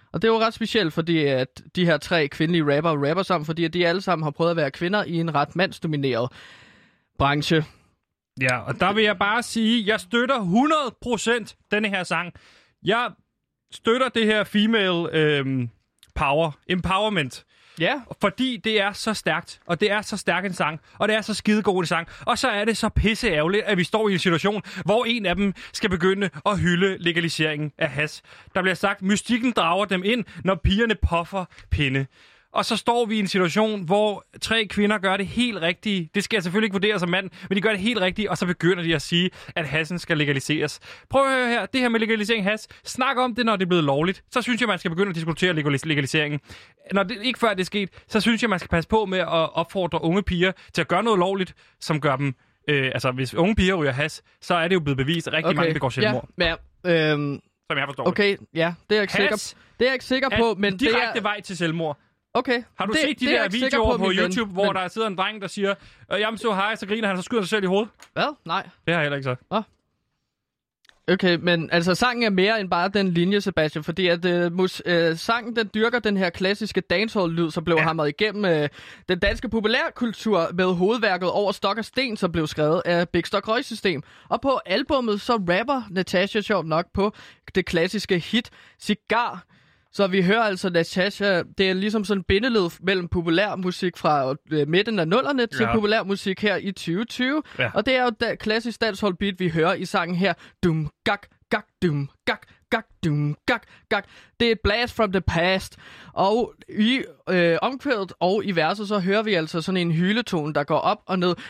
Og det er jo ret specielt, fordi at de her 3 kvindelige rapper sammen, fordi at de alle sammen har prøvet at være kvinder i en ret mandsdomineret branche. Ja, og der vil jeg bare sige, at jeg støtter 100% denne her sang. Jeg støtter det her female empowerment. Ja. Fordi det er så stærkt, og det er så stærk en sang, og det er så skidegod en sang. Og så er det så pisse ærgerligt, at vi står i en situation, hvor en af dem skal begynde at hylde legaliseringen af hash. Der bliver sagt, mystikken drager dem ind, når pigerne puffer pinde. Og så står vi i en situation, hvor 3 kvinder gør det helt rigtige. Det skal jeg selvfølgelig ikke vurdere som mand, men de gør det helt rigtige, og så begynder de at sige, at hashen skal legaliseres. Prøv at høre her. Det her med legalisering af hash. Snak om det, når det er blevet lovligt. Så synes jeg, man skal begynde at diskutere legaliseringen. Når det ikke før det er sket, så synes jeg, man skal passe på med at opfordre unge piger til at gøre noget lovligt, som gør dem... hvis unge piger ryger hash, så er det jo blevet bevist, at rigtig mange begår selvmord. Ja, som jeg forstår okay, ja, det er jeg ikke sikker på. Det er jeg ikke sikker på, men det er... direkte vej til selvmord. Okay. Har du set de der videoer på YouTube, hvor der sidder en dreng, der siger, jamen så hej, så griner han, så skyder sig selv i hovedet? Hvad? Nej. Det har jeg heller ikke så. Okay, men altså sangen er mere end bare den linje, Sebastian, fordi at sangen, den dyrker den her klassiske dancehall-lyd, som blev hamret igennem den danske populærkultur med hovedværket Over Stok og Sten, som blev skrevet af Big Stok Røgsystem. Og på albummet så rapper Natasha sjovt nok på det klassiske hit Cigar. Så vi hører altså Natasha, det er ligesom sådan en bindeled mellem populærmusik fra midten af 00'erne til populærmusik her i 2020. Ja. Og det er jo klassisk dancehall beat, vi hører i sangen her. Dum, gak, gak, dum, gak, gak, dum, gak, gak. Det er et blast from the past. Og i omkvædet og i verset, så hører vi altså sådan en hyletone, der går op og ned.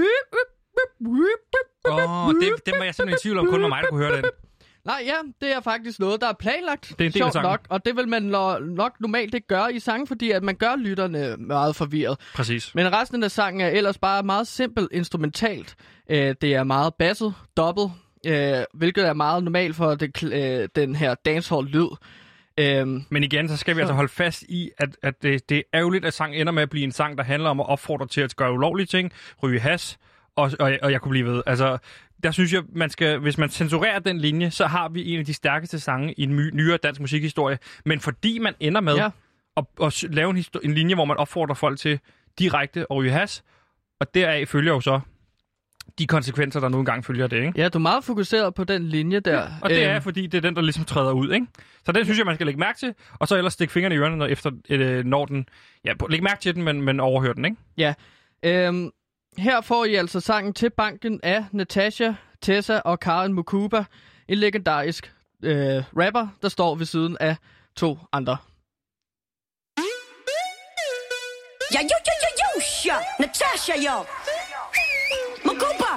Det var jeg simpelthen i tvivl om, kun var mig, der kunne høre den. Nej, ja, det er faktisk noget, der er planlagt. Det er en del af sangen. Nok, og det vil man nok normalt ikke gøre i sangen, fordi at man gør lytterne meget forvirret. Præcis. Men resten af sangen er ellers bare meget simpelt instrumentalt. Det er meget basset, dobbelt, hvilket er meget normalt for den her dancehall-lyd. Men igen, så skal vi altså holde fast i, at det er ærgerligt, at sangen ender med at blive en sang, der handler om at opfordre til at gøre ulovlige ting, ryge hash, og jeg kunne blive ved. Altså, der synes jeg, hvis man censurerer den linje, så har vi en af de stærkeste sange i en nyere dansk musikhistorie. Men fordi man ender med at lave en linje, hvor man opfordrer folk til direkte at ryge hash, og deraf følger jo så de konsekvenser, der nu engang følger det, ikke? Ja, du er meget fokuseret på den linje der. Ja, og det er, fordi det er den, der ligesom træder ud, ikke? Så den synes jeg, man skal lægge mærke til, og så ellers stikke fingrene i ørerne efter, når den... Ja, læg mærke til den, men overhør den, ikke? Ja. Her får I altså sangen Til Banken af Natasha, Tessa og Karen Mukuba. En legendarisk rapper, der står ved siden af 2 andre. Ja, ja, Natasha, jo. Mukuba.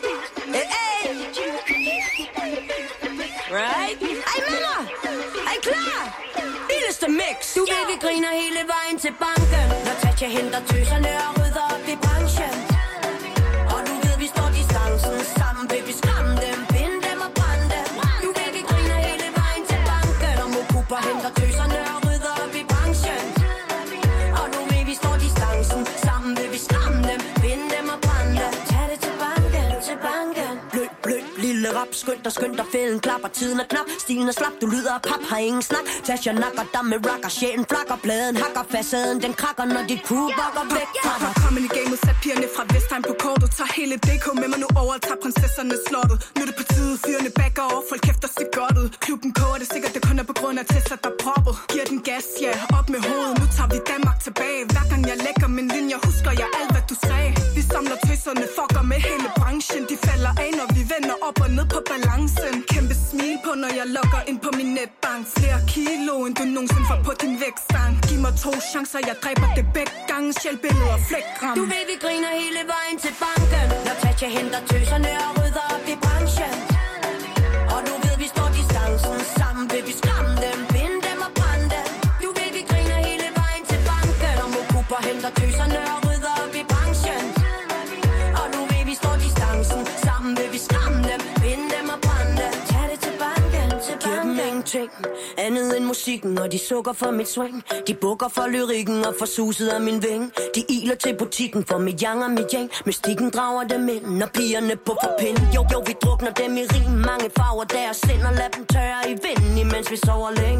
Right? Ej, mamma. Ej, klar. Vildeste mix. Du ved, vi griner hele vejen til banken. Natasha henter tøserne og rydder op i branchen. Og du ved, vi står distancen sammen. Baby, skram dem, bind dem og brænd dem. Du ved, vi griner hele vejen til banken. Og Mukuba henter tøserne og rydder op i branchen. Og du ved, vi står distancen sammen. Baby, skram dem, bind dem og brænd dem. Tag det til banken, til banken. Blød, blød, lille rap, skynd dig, fælden klapper, tiden er knap. Stilen er slap, du lyder af pap, har ingen snak. Tasha nakker dig med rocker, sjælen flakker, bladen hakker, facaden, den krakker, når dit crew bakker væk fra dig. Kommen i gamet, sat pigerne fra Vestheim på kortet. Tager hele DK med mig nu over og tager prinsesserne slottet. Nu er det på tide, fyrene backer over, folk kæfter sig godt ud. Klubben koger det sikkert, det kun er på grund af Tessa, der proppet. Giver den gas, ja, op med hovedet, nu tager vi Danmark tilbage. Hver gang jeg lægger min linje, husker jeg alt, hvad du sagde. Vi samler tøserne, fucker med hele branchen. De falder af, når vi vender op og ned på balancen. Kæmpe smil på, når jeg logger ind på min netbank. Flere kilo, end du nogensinde får på din vækstang. Giv mig 2 chancer, jeg dræber det begge gange. Sjælbilleder og flækram. Du ved, vi griner hele vejen til banken. Når Tasha henter tøserne og rydder op i branchen. Og du ved, vi står distancen sammen. Baby, skram dem, bind dem og brænd dem. Du ved, vi griner hele vejen til banken. Og Mukuba henter tøserne og rydder op i branchen. Og du ved, vi står distancen sammen. Baby, skram dem, bind dem og brænd dem. Tag det til banken, til banken. Giv dem ingenting andet end musikken, og de sukker for mit swing. De bukker for lyrikken og for suset af min ving. De iler til butikken for mit yang og mit yang. Mystikken drager dem ind, når pigerne på for pind. Jo, vi drukner dem i rim. Mange farver deres sind og lad dem tørre i vinden, imens vi sover længe. Og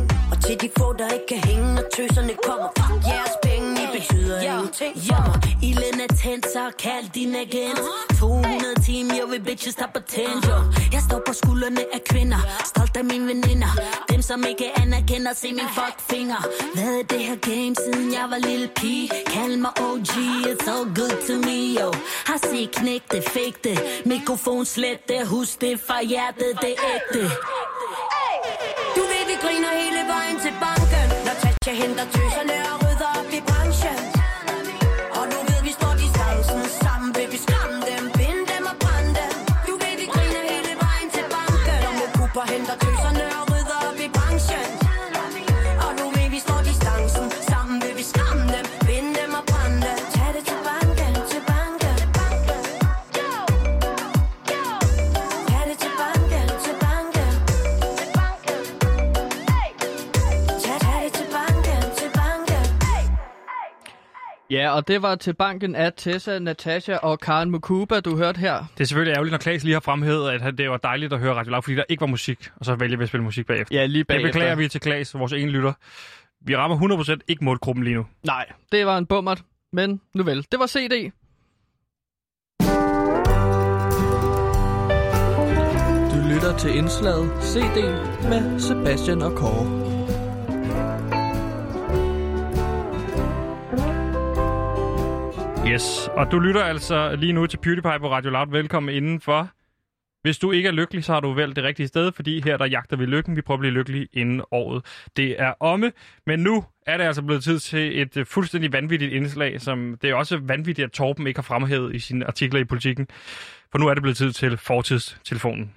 til de få, der ikke kan hænge, når tøserne kommer. Fuck jeres penge, I betyder ingenting for mig. Ilden er tændt, så kald din agent. 200 timer, jeg vil bitches der på tænder. Jeg står på skuldrene af kvinder, stolt af mine veninder. Dem som ikke anerkender, se min fuckfinger. Hvad er det her game, siden jeg var lille pige? Kald mig OG, it's all good to me, yo. Har set knæk det, fake det. Mikrofon slet det, husk det fra hjertet, det er ægte. Du ved, vi griner hele vejen til banken. Når Tasha henter tøserne og rydder op i branchen. Og du ved, vi står distancen sammen, vil vi skræmme dem, binde dem og brænde dem. Du ved, vi griner hele vejen til banken. Når Mokuba henter tøserne og rydder op i branchen. Og du ved, vi står distancen sammen, vil vi skræmme dem, binde dem og brænde dem. Tag det til banken, til banken. Tag det til banken, til banken. Ja, og det var til banken af Tessa, Natasha og Karen Mokuba, du hørte her. Det er selvfølgelig ærgerligt, når Klaas lige har fremhævet, at det var dejligt at høre Radio Loud, fordi der ikke var musik, og så vælger vi at spille musik bagefter. Ja, lige bagefter. Det beklager vi til Klaas, vores ene lytter. Vi rammer 100% ikke målgruppen lige nu. Nej, det var en bummert, men nu vel. Det var CD. Du lytter til indslaget CD med Sebastian og Kåre. Yes, og du lytter altså lige nu til PewDiePie på Radio Loud. Velkommen indenfor. Hvis du ikke er lykkelig, så har du valgt det rigtige sted, fordi her der jagter vi lykken. Vi prøver at blive lykkelige inden året. Det er omme, men nu er det altså blevet tid til et fuldstændig vanvittigt indslag, som det er også vanvittigt, at Torben ikke har fremhævet i sine artikler i Politikken. For nu er det blevet tid til fortidstelefonen.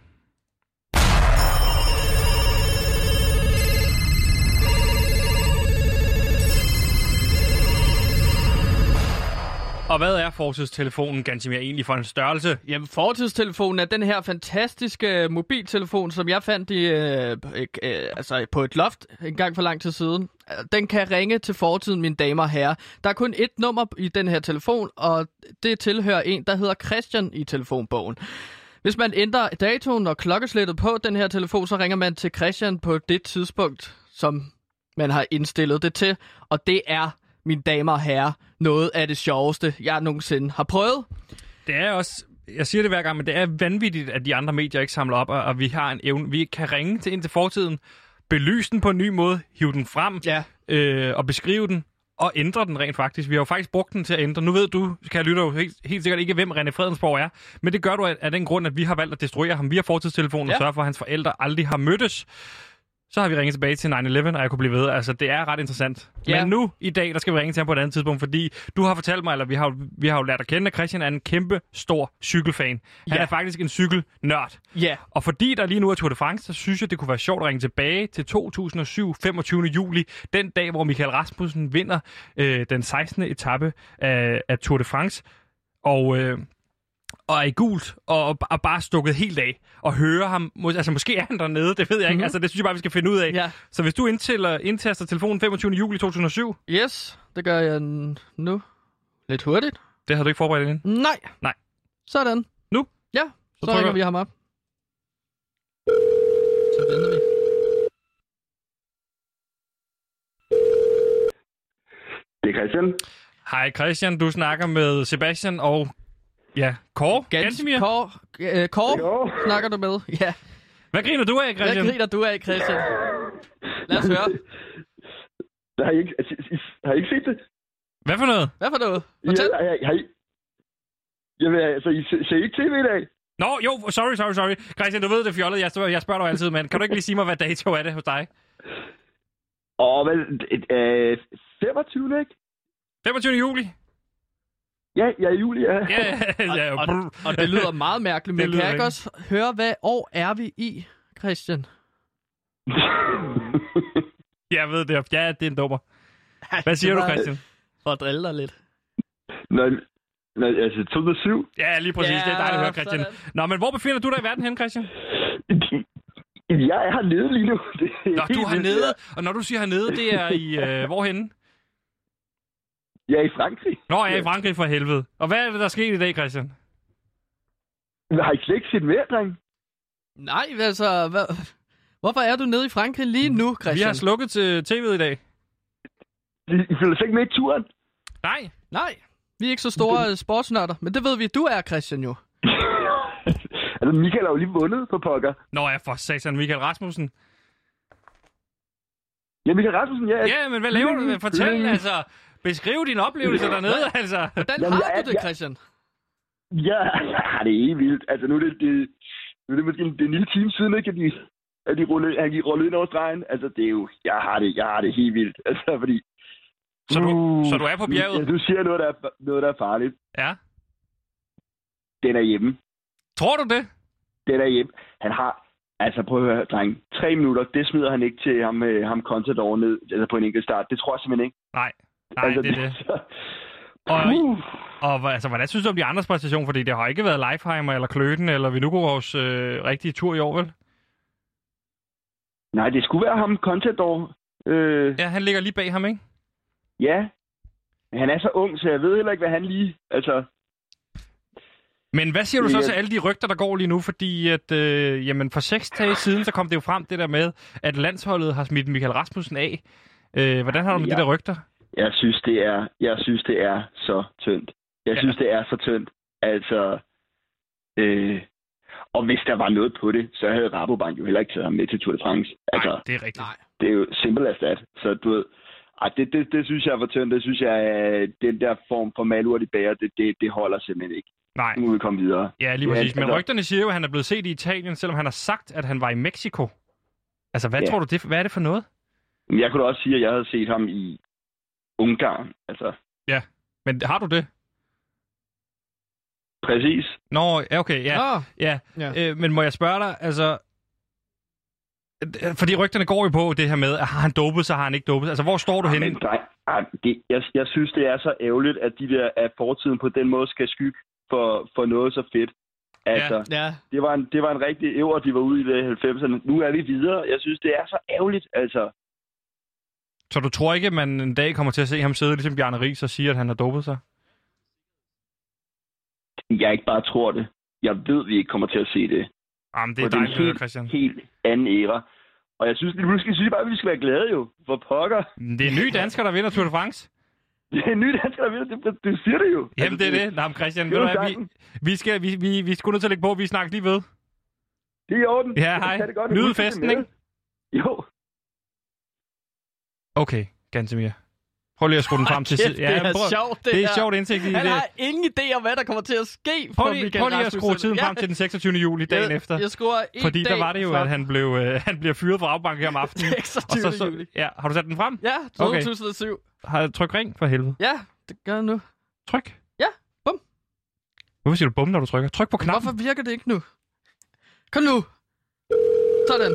Og hvad er fortidstelefonen, Gansimir, egentlig for en størrelse? Jamen, fortidstelefonen er den her fantastiske mobiltelefon, som jeg fandt på et loft en gang for lang tid siden. Den kan ringe til fortiden, mine damer og herrer. Der er kun ét nummer i den her telefon, og det tilhører en, der hedder Christian i telefonbogen. Hvis man ændrer datoen og klokkeslættet på den her telefon, så ringer man til Christian på det tidspunkt, som man har indstillet det til. Og det er, mine damer og herrer, noget af det sjoveste, jeg nogensinde har prøvet. Det er også, jeg siger det hver gang, men det er vanvittigt, at de andre medier ikke samler op, og vi har en evne. Vi kan ringe til ind til fortiden, belyse den på en ny måde, hive den frem, og beskrive den, og ændre den rent faktisk. Vi har jo faktisk brugt den til at ændre. Nu ved du, kan lytte jo helt sikkert ikke, hvem René Fredensborg er, men det gør du af den grund, at vi har valgt at destruere ham via fortidstelefonen og sørge for, at hans forældre aldrig har mødtes. Så har vi ringet tilbage til 9/11, og jeg kunne blive ved. Altså, det er ret interessant. Ja. Men nu, i dag, der skal vi ringe til ham på et andet tidspunkt, fordi du har fortalt mig, eller vi har jo lært at kende, at Christian er en kæmpe stor cykelfan. Han er faktisk en cykelnørd. Ja. Og fordi der lige nu er Tour de France, så synes jeg, det kunne være sjovt at ringe tilbage til 2007, 25. juli. Den dag, hvor Michael Rasmussen vinder den 16. etape af Tour de France. Og er i gult, og bare stukket helt af, og høre ham, altså måske er han dernede, det ved jeg ikke, altså det synes jeg bare, vi skal finde ud af. Ja. Så hvis du indtaster telefonen 25. juli 2007... Yes, det gør jeg nu. Lidt hurtigt. Det har du ikke forberedt inden? Nej. Sådan. Nu? Ja, så ringer vi ham op. Så venter vi. Det er Christian. Hej Christian, du snakker med Sebastian og... Ja, Kåre? Gansimir? Kåre snakker du med, ja. Hvad griner du af, Christian? Hvad griner du af, Christian? Lad os høre. Har I ikke set det? Hvad for noget? Fortæl. I ser ikke tv i dag? Nå, jo, sorry. Christian, du ved det fjollet, jeg spørger dig altid, men kan du ikke lige sige mig, hvad dato er det hos dig? 25, ikke? 25. juli? Ja, juli, ja. Ja. Og det lyder meget mærkeligt, men kan jeg ikke også høre, hvad år er vi i, Christian? Jeg ved det. Ja, det er en dummer. Hvad siger du, Christian? For at drille dig lidt. Nej, altså 2007. Ja, lige præcis. Det er dejligt at høre, Christian. Sådan. Nå, men hvor befinder du dig i verden hen, Christian? Jeg er hernede lige nu. Nå, du er hernede. Og når du siger hernede, det er i hvorhenne? Jeg er i Frankrig. Nå, jeg er i Frankrig for helvede. Og hvad er det, der er sket i dag, Christian? Har I slet ikke set mere, dreng? Nej, altså... Hvorfor er du nede i Frankrig lige nu, Christian? Vi har slukket til tv'et i dag. I følger sig ikke med i turen? Nej. Vi er ikke så store sportsnørder, men det ved vi, du er, Christian, jo. Altså, Michael har jo lige vundet på pokker. Nå ja, for satan, Michael Rasmussen. Ja, Michael Rasmussen, ja. Ja, men hvad laver du? Fortæl, altså. Beskriv din oplevelse dernede, altså. Hvordan har du det, Christian? Ja, det er helt vildt. Altså, nu er det måske en lille time siden, ikke, at de rullede ind over stregen. Altså, det er jo... Jeg har det helt vildt. Altså, fordi... Så du er på bjerget? Ja, du siger noget, der er farligt. Ja. Den er hjemme. Tror du det? Den er hjemme. Han har... Altså, prøv at høre, dreng. 3 minutter, det smider han ikke til ham Contador ned, altså på en enkelt start. Det tror jeg simpelthen ikke. Nej, altså, det er det. Og altså, hvordan synes du om de andres præstation? Fordi det har ikke været Leifheimer eller Kløten eller Vinogorous rigtige tur i år, vel? Nej, det skulle være ham Contador. Ja, han ligger lige bag ham, ikke? Ja. Han er så ung, så jeg ved heller ikke, hvad han lige... Altså... Men hvad siger du så til alle de rygter, der går lige nu? Fordi at, jamen for 6 dage siden, så kom det jo frem det der med, at landsholdet har smidt Michael Rasmussen af. Hvordan har du med de der rygter? Jeg synes, det er så tyndt. Jeg synes, det er så tyndt. Altså, og hvis der var noget på det, så havde Rabobank jo heller ikke taget ham med til Tour de France. Altså, nej, det er rigtigt. Det er jo simpelt as that. Så du ved, det synes jeg er for tyndt. Det synes jeg, den der form for malurt i bager, det holder simpelthen ikke. Nej. Nu må vi komme videre. Ja, lige præcis. Men rygterne siger jo, at han er blevet set i Italien, selvom han har sagt, at han var i Mexico. Altså, hvad tror du, hvad er det for noget? Jeg kunne da også sige, at jeg havde set ham i Ungarn. Altså. Ja, men har du det? Præcis. Nå, okay, ja. Men må jeg spørge dig, altså... Fordi rygterne går jo på det her med, at har han dopet, så har han ikke dopet. Altså, hvor står du henne? Jeg synes, det er så ærgerligt, at fortiden på den måde skal skygge for noget så fedt. Altså, det var en rigtig æver, de var ude i det 90'erne. Nu er vi videre. Jeg synes, det er så ærgerligt, altså. Så du tror ikke, at man en dag kommer til at se ham sidde ligesom Bjarne Riis og sige, at han har dopet sig? Jeg ikke bare tror det. Jeg ved, vi ikke kommer til at se det. Jamen, det er dejligt, Christian. Helt anden æra. Og jeg synes, bare, at vi skal være glade jo. For pokker. Det er en ny dansker, der vinder Tour de France. Det er en ny dansker, der vinder. Du siger det jo. Jamen, det er det. Nå, Christian, ved du hvad? Vi skal nødt til at lægge på. Vi snakker lige ved. Det er i orden. Ja, hej. Nyd festen, ikke? Jo. Okay, Gantemir. Prøv lige at skrue den frem til siden. Ja, det er sjovt, det er sjovt indsigt i det. Han har ingen idé om, hvad der kommer til at ske for Michael Rasmussen. Prøv lige at skrue tiden frem til den 26. juli, dagen efter. Jeg skruer en fordi der var det jo, at han bliver fyret fra Rabobank her om aftenen. 26. juli. Ja, har du sat den frem? Ja, 2007. Okay. Tryk ring for helvede. Ja, det gør jeg nu. Tryk. Ja, bum. Hvorfor siger du bum, når du trykker? Tryk på knappen. Hvorfor virker det ikke nu? Kom nu. Sådan.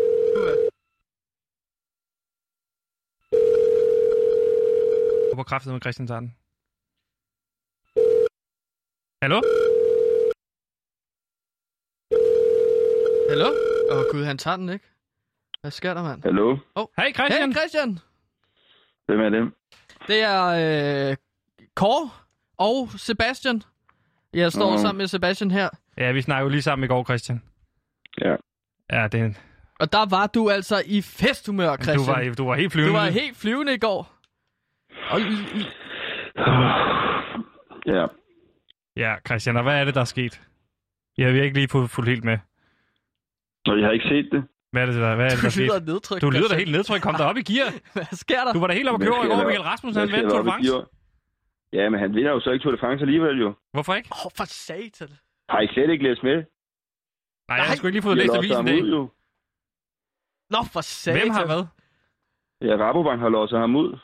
Hvor kraftigt med Christian tager den. Hallo? Hallo? Gud, han tager den ikke. Hvad sker der, mand? Hallo? Hej, Christian. Hey, Christian. Hvem er det? Det er Kåre og Sebastian. Jeg står sammen med Sebastian her. Ja, vi snakkede jo lige sammen i går, Christian. Ja. Ja, det. Og der var du altså i festhumør, Christian. Du var helt flyvende. Du var helt flyvende i går. Og... Ja. Ja, Christian, og hvad er det, der er sket? Jeg har ikke lige fulgt helt med. Og jeg har ikke set det. Hvad er det, der lyder nedtryk. Du lyder da helt nedtryk. Kom der op i gear. Hvad sker der? Du var da helt oppe at køre i går, Michael Rasmussen. Han vandt Tour de France. Ja, men han vinder jo så ikke Tour de France alligevel, jo. Hvorfor ikke? For satan. Har I slet ikke læst med? Nej, jeg har sgu ikke lige fået læst avisen i dag. Nå, for satan. Hvem har hvad? Ja, Rabobank har låst ham ud.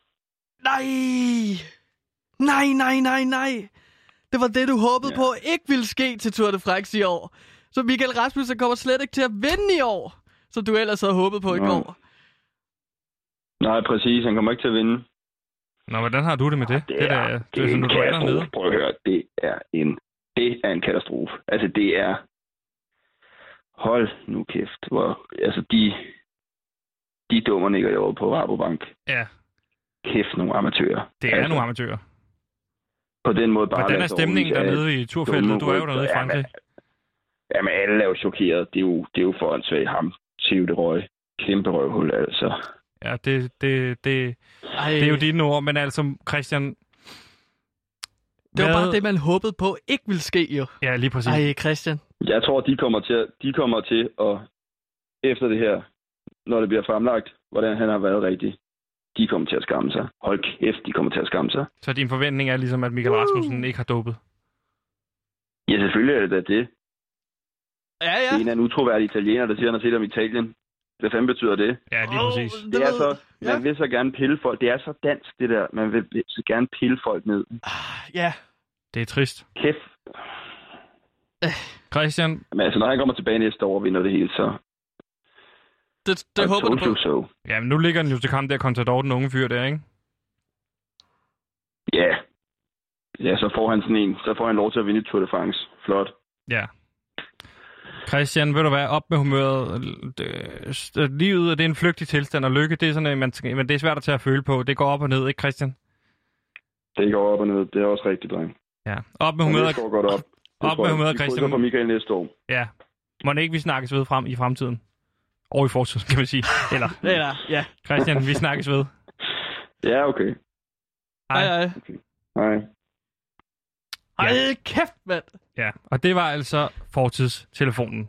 Nej. Det var det, du håbede på ikke ville ske til Tour de France i år. Så Michael Rasmussen kommer slet ikke til at vinde i år, som du ellers havde håbet på i går. Nej, præcis. Han kommer ikke til at vinde. Nå, hvordan har du det med det? Det er en katastrofe. Prøv at høre. Det er en katastrofe. Altså, det er... Hold nu kæft. Altså, de dummer nikker over på Rabobank. Ja. Kæft, nogle amatører. Det er nogle amatører. På den måde bare... Hvordan er stemningen dernede i turfeltet? Du er jo dernede i Frankrig. Jamen, alle er jo chokeret. Det er jo for åndssvagt ham. det røg. Kæmpe røvhul, altså. Ja, det er jo dine ord, men altså, Christian... Det var bare det, man håbede på ikke ville ske, jo. Ja, lige præcis. Ej, Christian. Jeg tror, de kommer til at, efter det her, når det bliver fremlagt, hvordan han har været rigtig, de kommer til at skamme sig. Hold kæft, de kommer til at skamme sig. Så din forventning er ligesom, at Michael Rasmussen ikke har dopet? Ja, selvfølgelig er det da det. Ja. Det er en eller anden utroværdig italiener, der siger, han har set om Italien. Hvad fanden betyder det? Ja, lige præcis. Det er så, man vil så gerne pille folk. Det er så dansk, det der. Man vil så gerne pille folk ned. Ja. Det er trist. Kæft. Christian? Men altså, når han kommer tilbage næste år og vinder det hele, så... Det håber du på. So. Ja, men nu ligger den jo til kamp der Contador, den unge fyr der, ikke? Ja. Ja, så får han sådan en. Så får han lov til at vinde Tour de France. Flot. Ja. Christian, vil du være op med humøret? Livet det er en flygtig tilstand, og lykke, det er sådan, men det er svært at tage at føle på. Det går op og ned, ikke Christian? Det går op og ned. Det er også rigtigt, dreng. Ja. Op med humøret. Det går godt op. Op med humøret, Christian. Vi krydser for Michael næste år. Ja. Må det ikke, vi snakkes ved frem i fremtiden? Og i fortiden, kan man sige. Eller, ja. Christian, vi snakkes ved. Ja, okay. Hej. Okay. Hej. Ej, kæft, mand. Ja, og det var altså fortidstelefonen.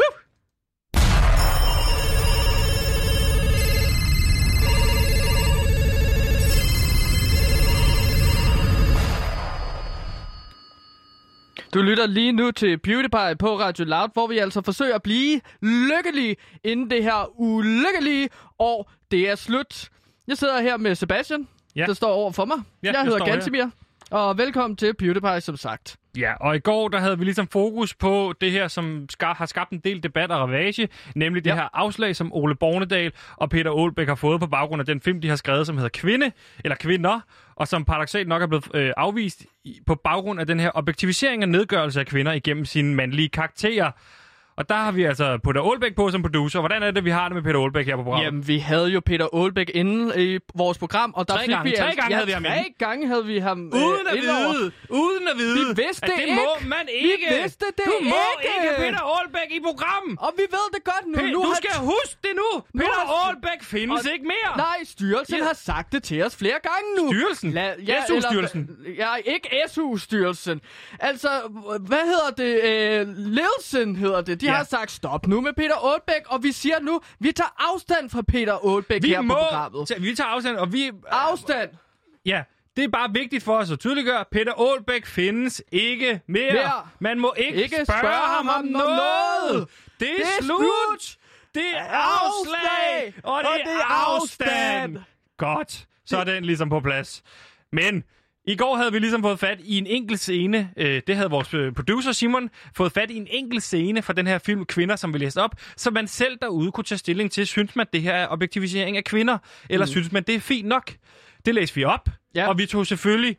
Du lytter lige nu til PewDiePie på Radio Loud, hvor vi altså forsøger at blive lykkelige, inden det her ulykkelige år, det er slut. Jeg sidder her med Sebastian, der står over for mig. Ja, jeg hedder Gantemir, og velkommen til PewDiePie, som sagt. Ja, og i går der havde vi ligesom fokus på det her, som har skabt en del debat og ravage, nemlig det her afslag, som Ole Bornedal og Peter Aalbæk har fået på baggrund af den film, de har skrevet, som hedder Kvinde, eller Kvinder, og som paradoksalt nok er blevet afvist på baggrund af den her objektivisering og nedgørelse af kvinder igennem sine mandlige karakterer. Og der har vi altså Peter Aalbæk på som producer. Hvordan er det, vi har det med Peter Aalbæk her på programmet? Jamen, vi havde jo Peter Aalbæk inde i vores program, og der fik vi... Tre gange havde vi ham inde. 3 gange havde vi ham Uden at vide. Vi vidste det ikke. må man ikke. Vi vidste det du må ikke. Peter Aalbæk i programmet. Og vi ved det godt nu. Du skal huske det nu. Peter Aalbæk findes ikke mere. Nej, styrelsen har sagt det til os flere gange nu. Styrelsen? SU-styrelsen? Ja, ikke SU-styrelsen. Altså, hvad hedder det? Ledelsen hedder det. De har sagt stop nu med Peter Aalbæk, og vi siger nu, vi tager afstand fra Peter Aalbæk her på programmet. Vi tager afstand, og vi... Afstand! Ja, det er bare vigtigt for os at tydeliggøre. Peter Aalbæk findes ikke mere. Man må ikke spørge ham om noget. Det er slut. Det er afslag, og det er afstand. Godt, så er den ligesom på plads. Men... i går havde vi ligesom fået fat i en enkelt scene. Det havde vores producer Simon fået fat i en enkelt scene fra den her film Kvinder, som vi læste op, så man selv derude kunne tage stilling til, synes man det her er objektivisering af kvinder, eller synes man det er fint nok? Det læste vi op, og vi tog selvfølgelig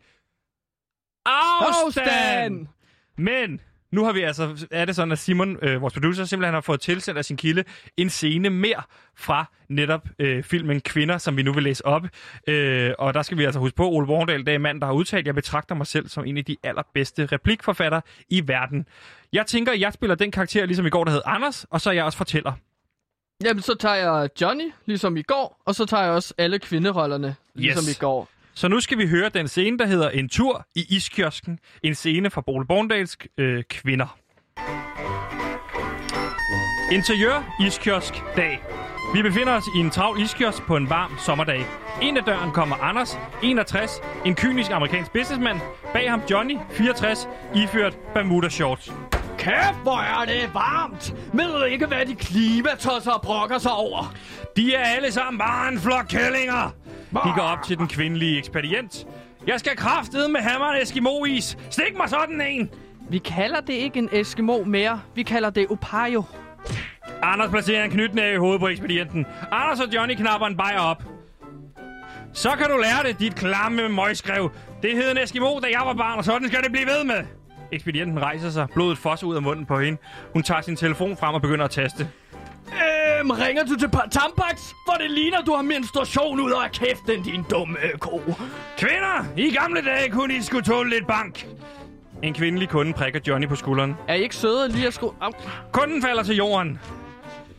afstand! Men nu har vi altså, er det sådan, at Simon, vores producer, simpelthen har fået tilsendt af sin kilde en scene mere fra netop filmen Kvinder, som vi nu vil læse op. Og der skal vi altså huske på, Ole Bornedal, det er mand, der har udtalt, jeg betragter mig selv som en af de allerbedste replikforfattere i verden. Jeg tænker, jeg spiller den karakter, ligesom i går, der hed Anders, og så er jeg også fortæller. Jamen, så tager jeg Johnny, ligesom i går, og så tager jeg også alle kvinderollerne, ligesom i går. Så nu skal vi høre den scene, der hedder En tur i iskiosken. En scene fra Ole Bornedals Kvinder. Interiør iskiosk dag. Vi befinder os i en travl iskiosk på en varm sommerdag. Ind ad døren kommer Anders, 61, en kynisk amerikansk businessman. Bag ham Johnny, 64, iført Bermuda shorts. Kæft, hvor er det varmt! Ved du ikke, hvad de klimatosser brokker sig over? De er alle sammen bare en flok kællinger. De går op til den kvindelige ekspedient. Jeg skal kraftedeme med hammeren Eskimo-is. Stik mig sådan en! Vi kalder det ikke en Eskimo mere. Vi kalder det Opayo. Anders placerer en knytnæve i hovedet på ekspedienten. Anders og Johnny knapper en bajer op. Så kan du lære det, dit klamme møgskrev. Det hed en Eskimo, da jeg var barn, og sådan skal det blive ved med. Ekspedienten rejser sig. Blodet fosser ud af munden på hende. Hun tager sin telefon frem og begynder at taste. Ringer du til Tampax? For det ligner, du har menstruation ud af kæften, din dumme ko. Kvinder! I gamle dage kunne I skulle tåle lidt bank. En kvindelig kunde prikker Johnny på skulderen. Er I ikke søde lige at skrue... Kunden falder til jorden.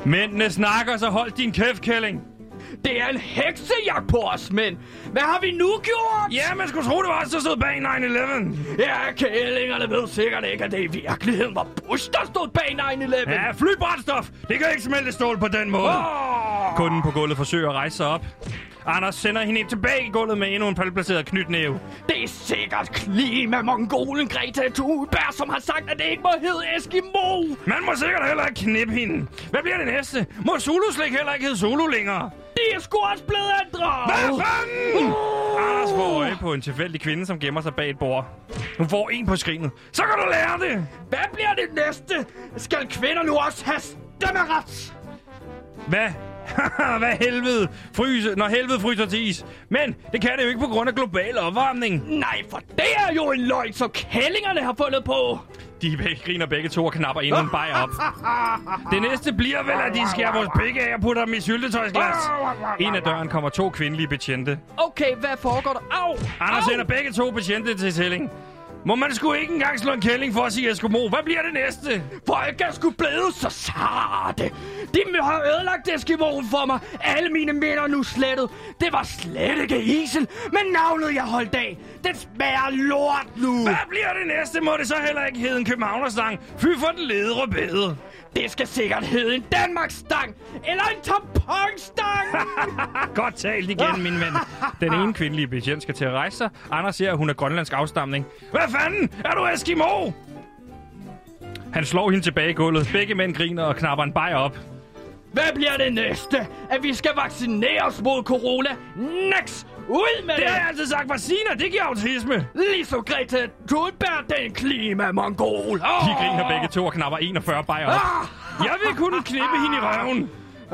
Mændene snakker, så hold din kæft, kælling. Det er en heksejagt på os, mænd. Hvad har vi nu gjort? Ja, man skulle tro, det var os, der stod bag 9/11. Ja, kællingerne ved sikkert ikke, at det i virkeligheden var Bush, der stod bag 9/11. Ja, flybrændstof. Det kan ikke smelte stål på den måde. Kunden på gulvet forsøger at rejse sig op. Anders sender hende tilbage i gulvet med endnu en palplaceret knytnæve. Det er sikkert klima-mongolen Greta Thunberg, som har sagt, at det ikke må hedde Eskimo. Man må sikkert heller ikke knippe hende. Hvad bliver det næste? Må Zulu slik heller ikke hedde Zulu længere? Det er sgu også blevet ændret. Hvad fanden? Anders får øje på en tilfældig kvinde, som gemmer sig bag et bord. Hun får en på skrinet. Så kan du lære det. Hvad bliver det næste? Skal kvinder nu også have stemmeret? Hvad? Hvad helvede? Når helvede fryser til is. Men det kan det jo ikke på grund af global opvarmning. Nej, for det er jo en løgn, som kællingerne har fundet på. De griner begge to og knapper endnu en bajer op. Det næste bliver vel, at de skærer vores pikke af og putter dem i syltetøjsglas. En af døren kommer 2 kvindelige betjente. Okay, hvad foregår der? Au! Anders sender begge 2 betjente til tælling. Må man sgu ikke engang slå en kælling for at sige Eskimo? Hvad bliver det næste? Folk er sgu blevet så sarte. De har ødelagt Eskimoen for mig. Alle mine minder er nu slettet. Det var slet ikke isen, men navnet jeg holdt af. Det smager lort nu. Hvad bliver det næste? Må det så heller ikke hedde en københavnerstang? Fy for den ledre bede. Det skal sikkert hedde en Danmarksstang. Eller en tamponstang. Godt talt igen, min ven. Den ene kvindelige betjent skal til at rejse sig. Anders siger, at hun er grønlandsk afstamning. Hvad fanden? Er du Eskimo? Han slår hende tilbage i gulvet. Begge mænd griner og knapper en bajer op. Hvad bliver det næste? At vi skal vaccineres mod corona? Nix! Ud med det! Det har jeg altid sagt. Vacciner, det giver autisme. Ligesom Greta Thunberg, den klima-mongol. De griner begge to og knapper 41 bajer op. Jeg vil kunne knippe hende i røven.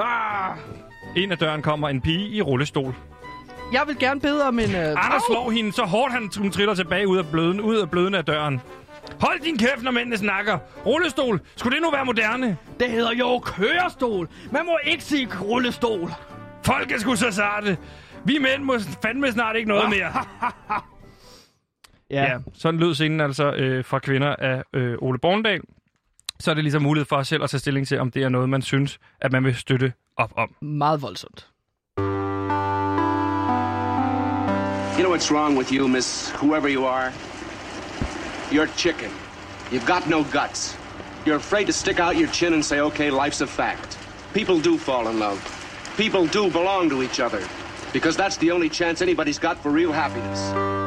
En af døren kommer en pige i rullestol. Jeg vil gerne bede om en... Anders slår hende så hårdt, han triller tilbage ud af bløden af døren. Hold din kæft, når mændene snakker. Rullestol. Skulle det nu være moderne? Det hedder jo kørestol. Man må ikke sige rullestol. Folk er sgu så sarte. Vi mænd må fandme snart ikke noget mere. Ja, sådan lød scenen altså fra kvinder af Ole Borndal. Så er det ligesom mulighed for selv at tage stilling til, om det er noget, man synes, at man vil støtte op om. Meget voldsomt. You know what's wrong with you, miss whoever you are? You're chicken. You've got no guts. You're afraid to stick out your chin and say, okay, life's a fact. People do fall in love. People do belong to each other. Because that's the only chance anybody's got for real happiness.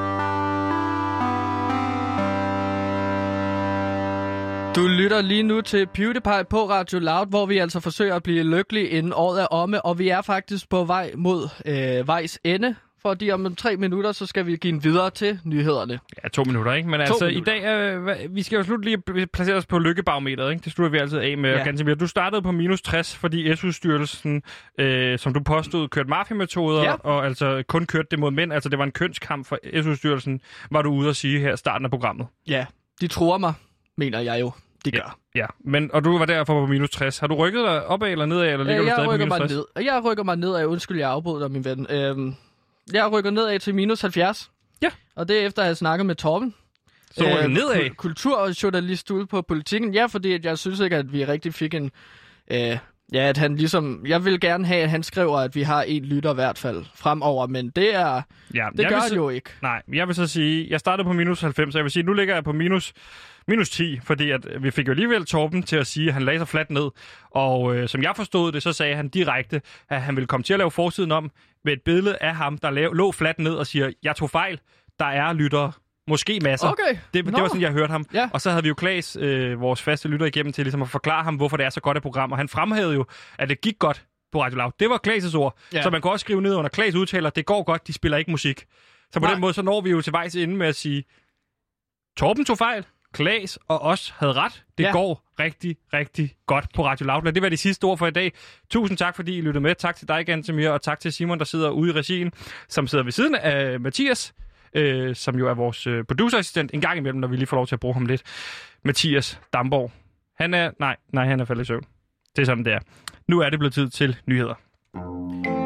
Du lytter lige nu til PewDiePie på Radio Loud, hvor vi altså forsøger at blive lykkelige inden året er omme, og vi er faktisk på vej mod vejs ende. Fordi om 3 minutter, så skal vi give den videre til nyhederne. Ja, 2 minutter, ikke? Men altså, i dag, vi skal jo slut lige placere os på lykkebarometeret, ikke? Det slutter vi altid af med. Ja. Ganske mere. Du startede på minus 60, fordi SU-styrelsen, som du påstod, kørte mafiametoder, og altså kun kørte det mod mænd. Altså, det var en kønskamp for SU-styrelsen, var du ude at sige her i starten af programmet. Ja, de tror mig, mener jeg jo. De gør. Ja, men, og du var derfor på minus 60. Har du rykket dig opad eller nedad, eller ligger du stadig på minus 60? Jeg rykker mig nedad. Undskyld, jeg afbryder dig, min ven. Jeg rykker nedad til minus 70. Ja. Og det er efter at have snakket med Torben. Så rykker nedad? Kulturjournalist ude på Politikken. Ja, fordi at jeg synes ikke, at vi rigtig fik en... at han ligesom... Jeg vil gerne have, at han skriver, at vi har en lytter i hvert fald fremover, men det er... Ja, det gør han jo ikke. Nej, jeg vil så sige... Jeg startede på minus 90, så jeg vil sige, nu ligger jeg på minus 10, fordi at vi fik jo alligevel Torben til at sige, at han lagde sig fladt ned. Og som jeg forstod det, så sagde han direkte, at han ville komme til at lave forsiden om med et billede af ham, der lå fladt ned og siger, jeg tog fejl, der er lyttere. Måske masser. Okay. Det var sådan, jeg hørte ham. Ja. Og så havde vi jo Klaas, vores faste lytter igennem til ligesom at forklare ham, hvorfor det er så godt et program. Og han fremhævede jo, at det gik godt på Radio Loud. Det var Klaas' ord. Ja. Så man kan også skrive ned under Klaas udtaler, det går godt, de spiller ikke musik. Så på den måde, så når vi jo til vejs inde med at sige, Torben tog fejl, Klaas og os havde ret. Det går rigtig, rigtig godt på Radio Loud. Det var de sidste ord for i dag. Tusind tak, fordi I lyttede med. Tak til dig, Gantemir, og tak til Simon, der sidder ude i regien, som sidder ved siden af Mathias, som jo er vores producerassistent en gang imellem, når vi lige får lov til at bruge ham lidt. Mathias Damborg. Han er... Nej, han er faldet i søvn. Det er sådan, det er. Nu er det blevet tid til nyheder.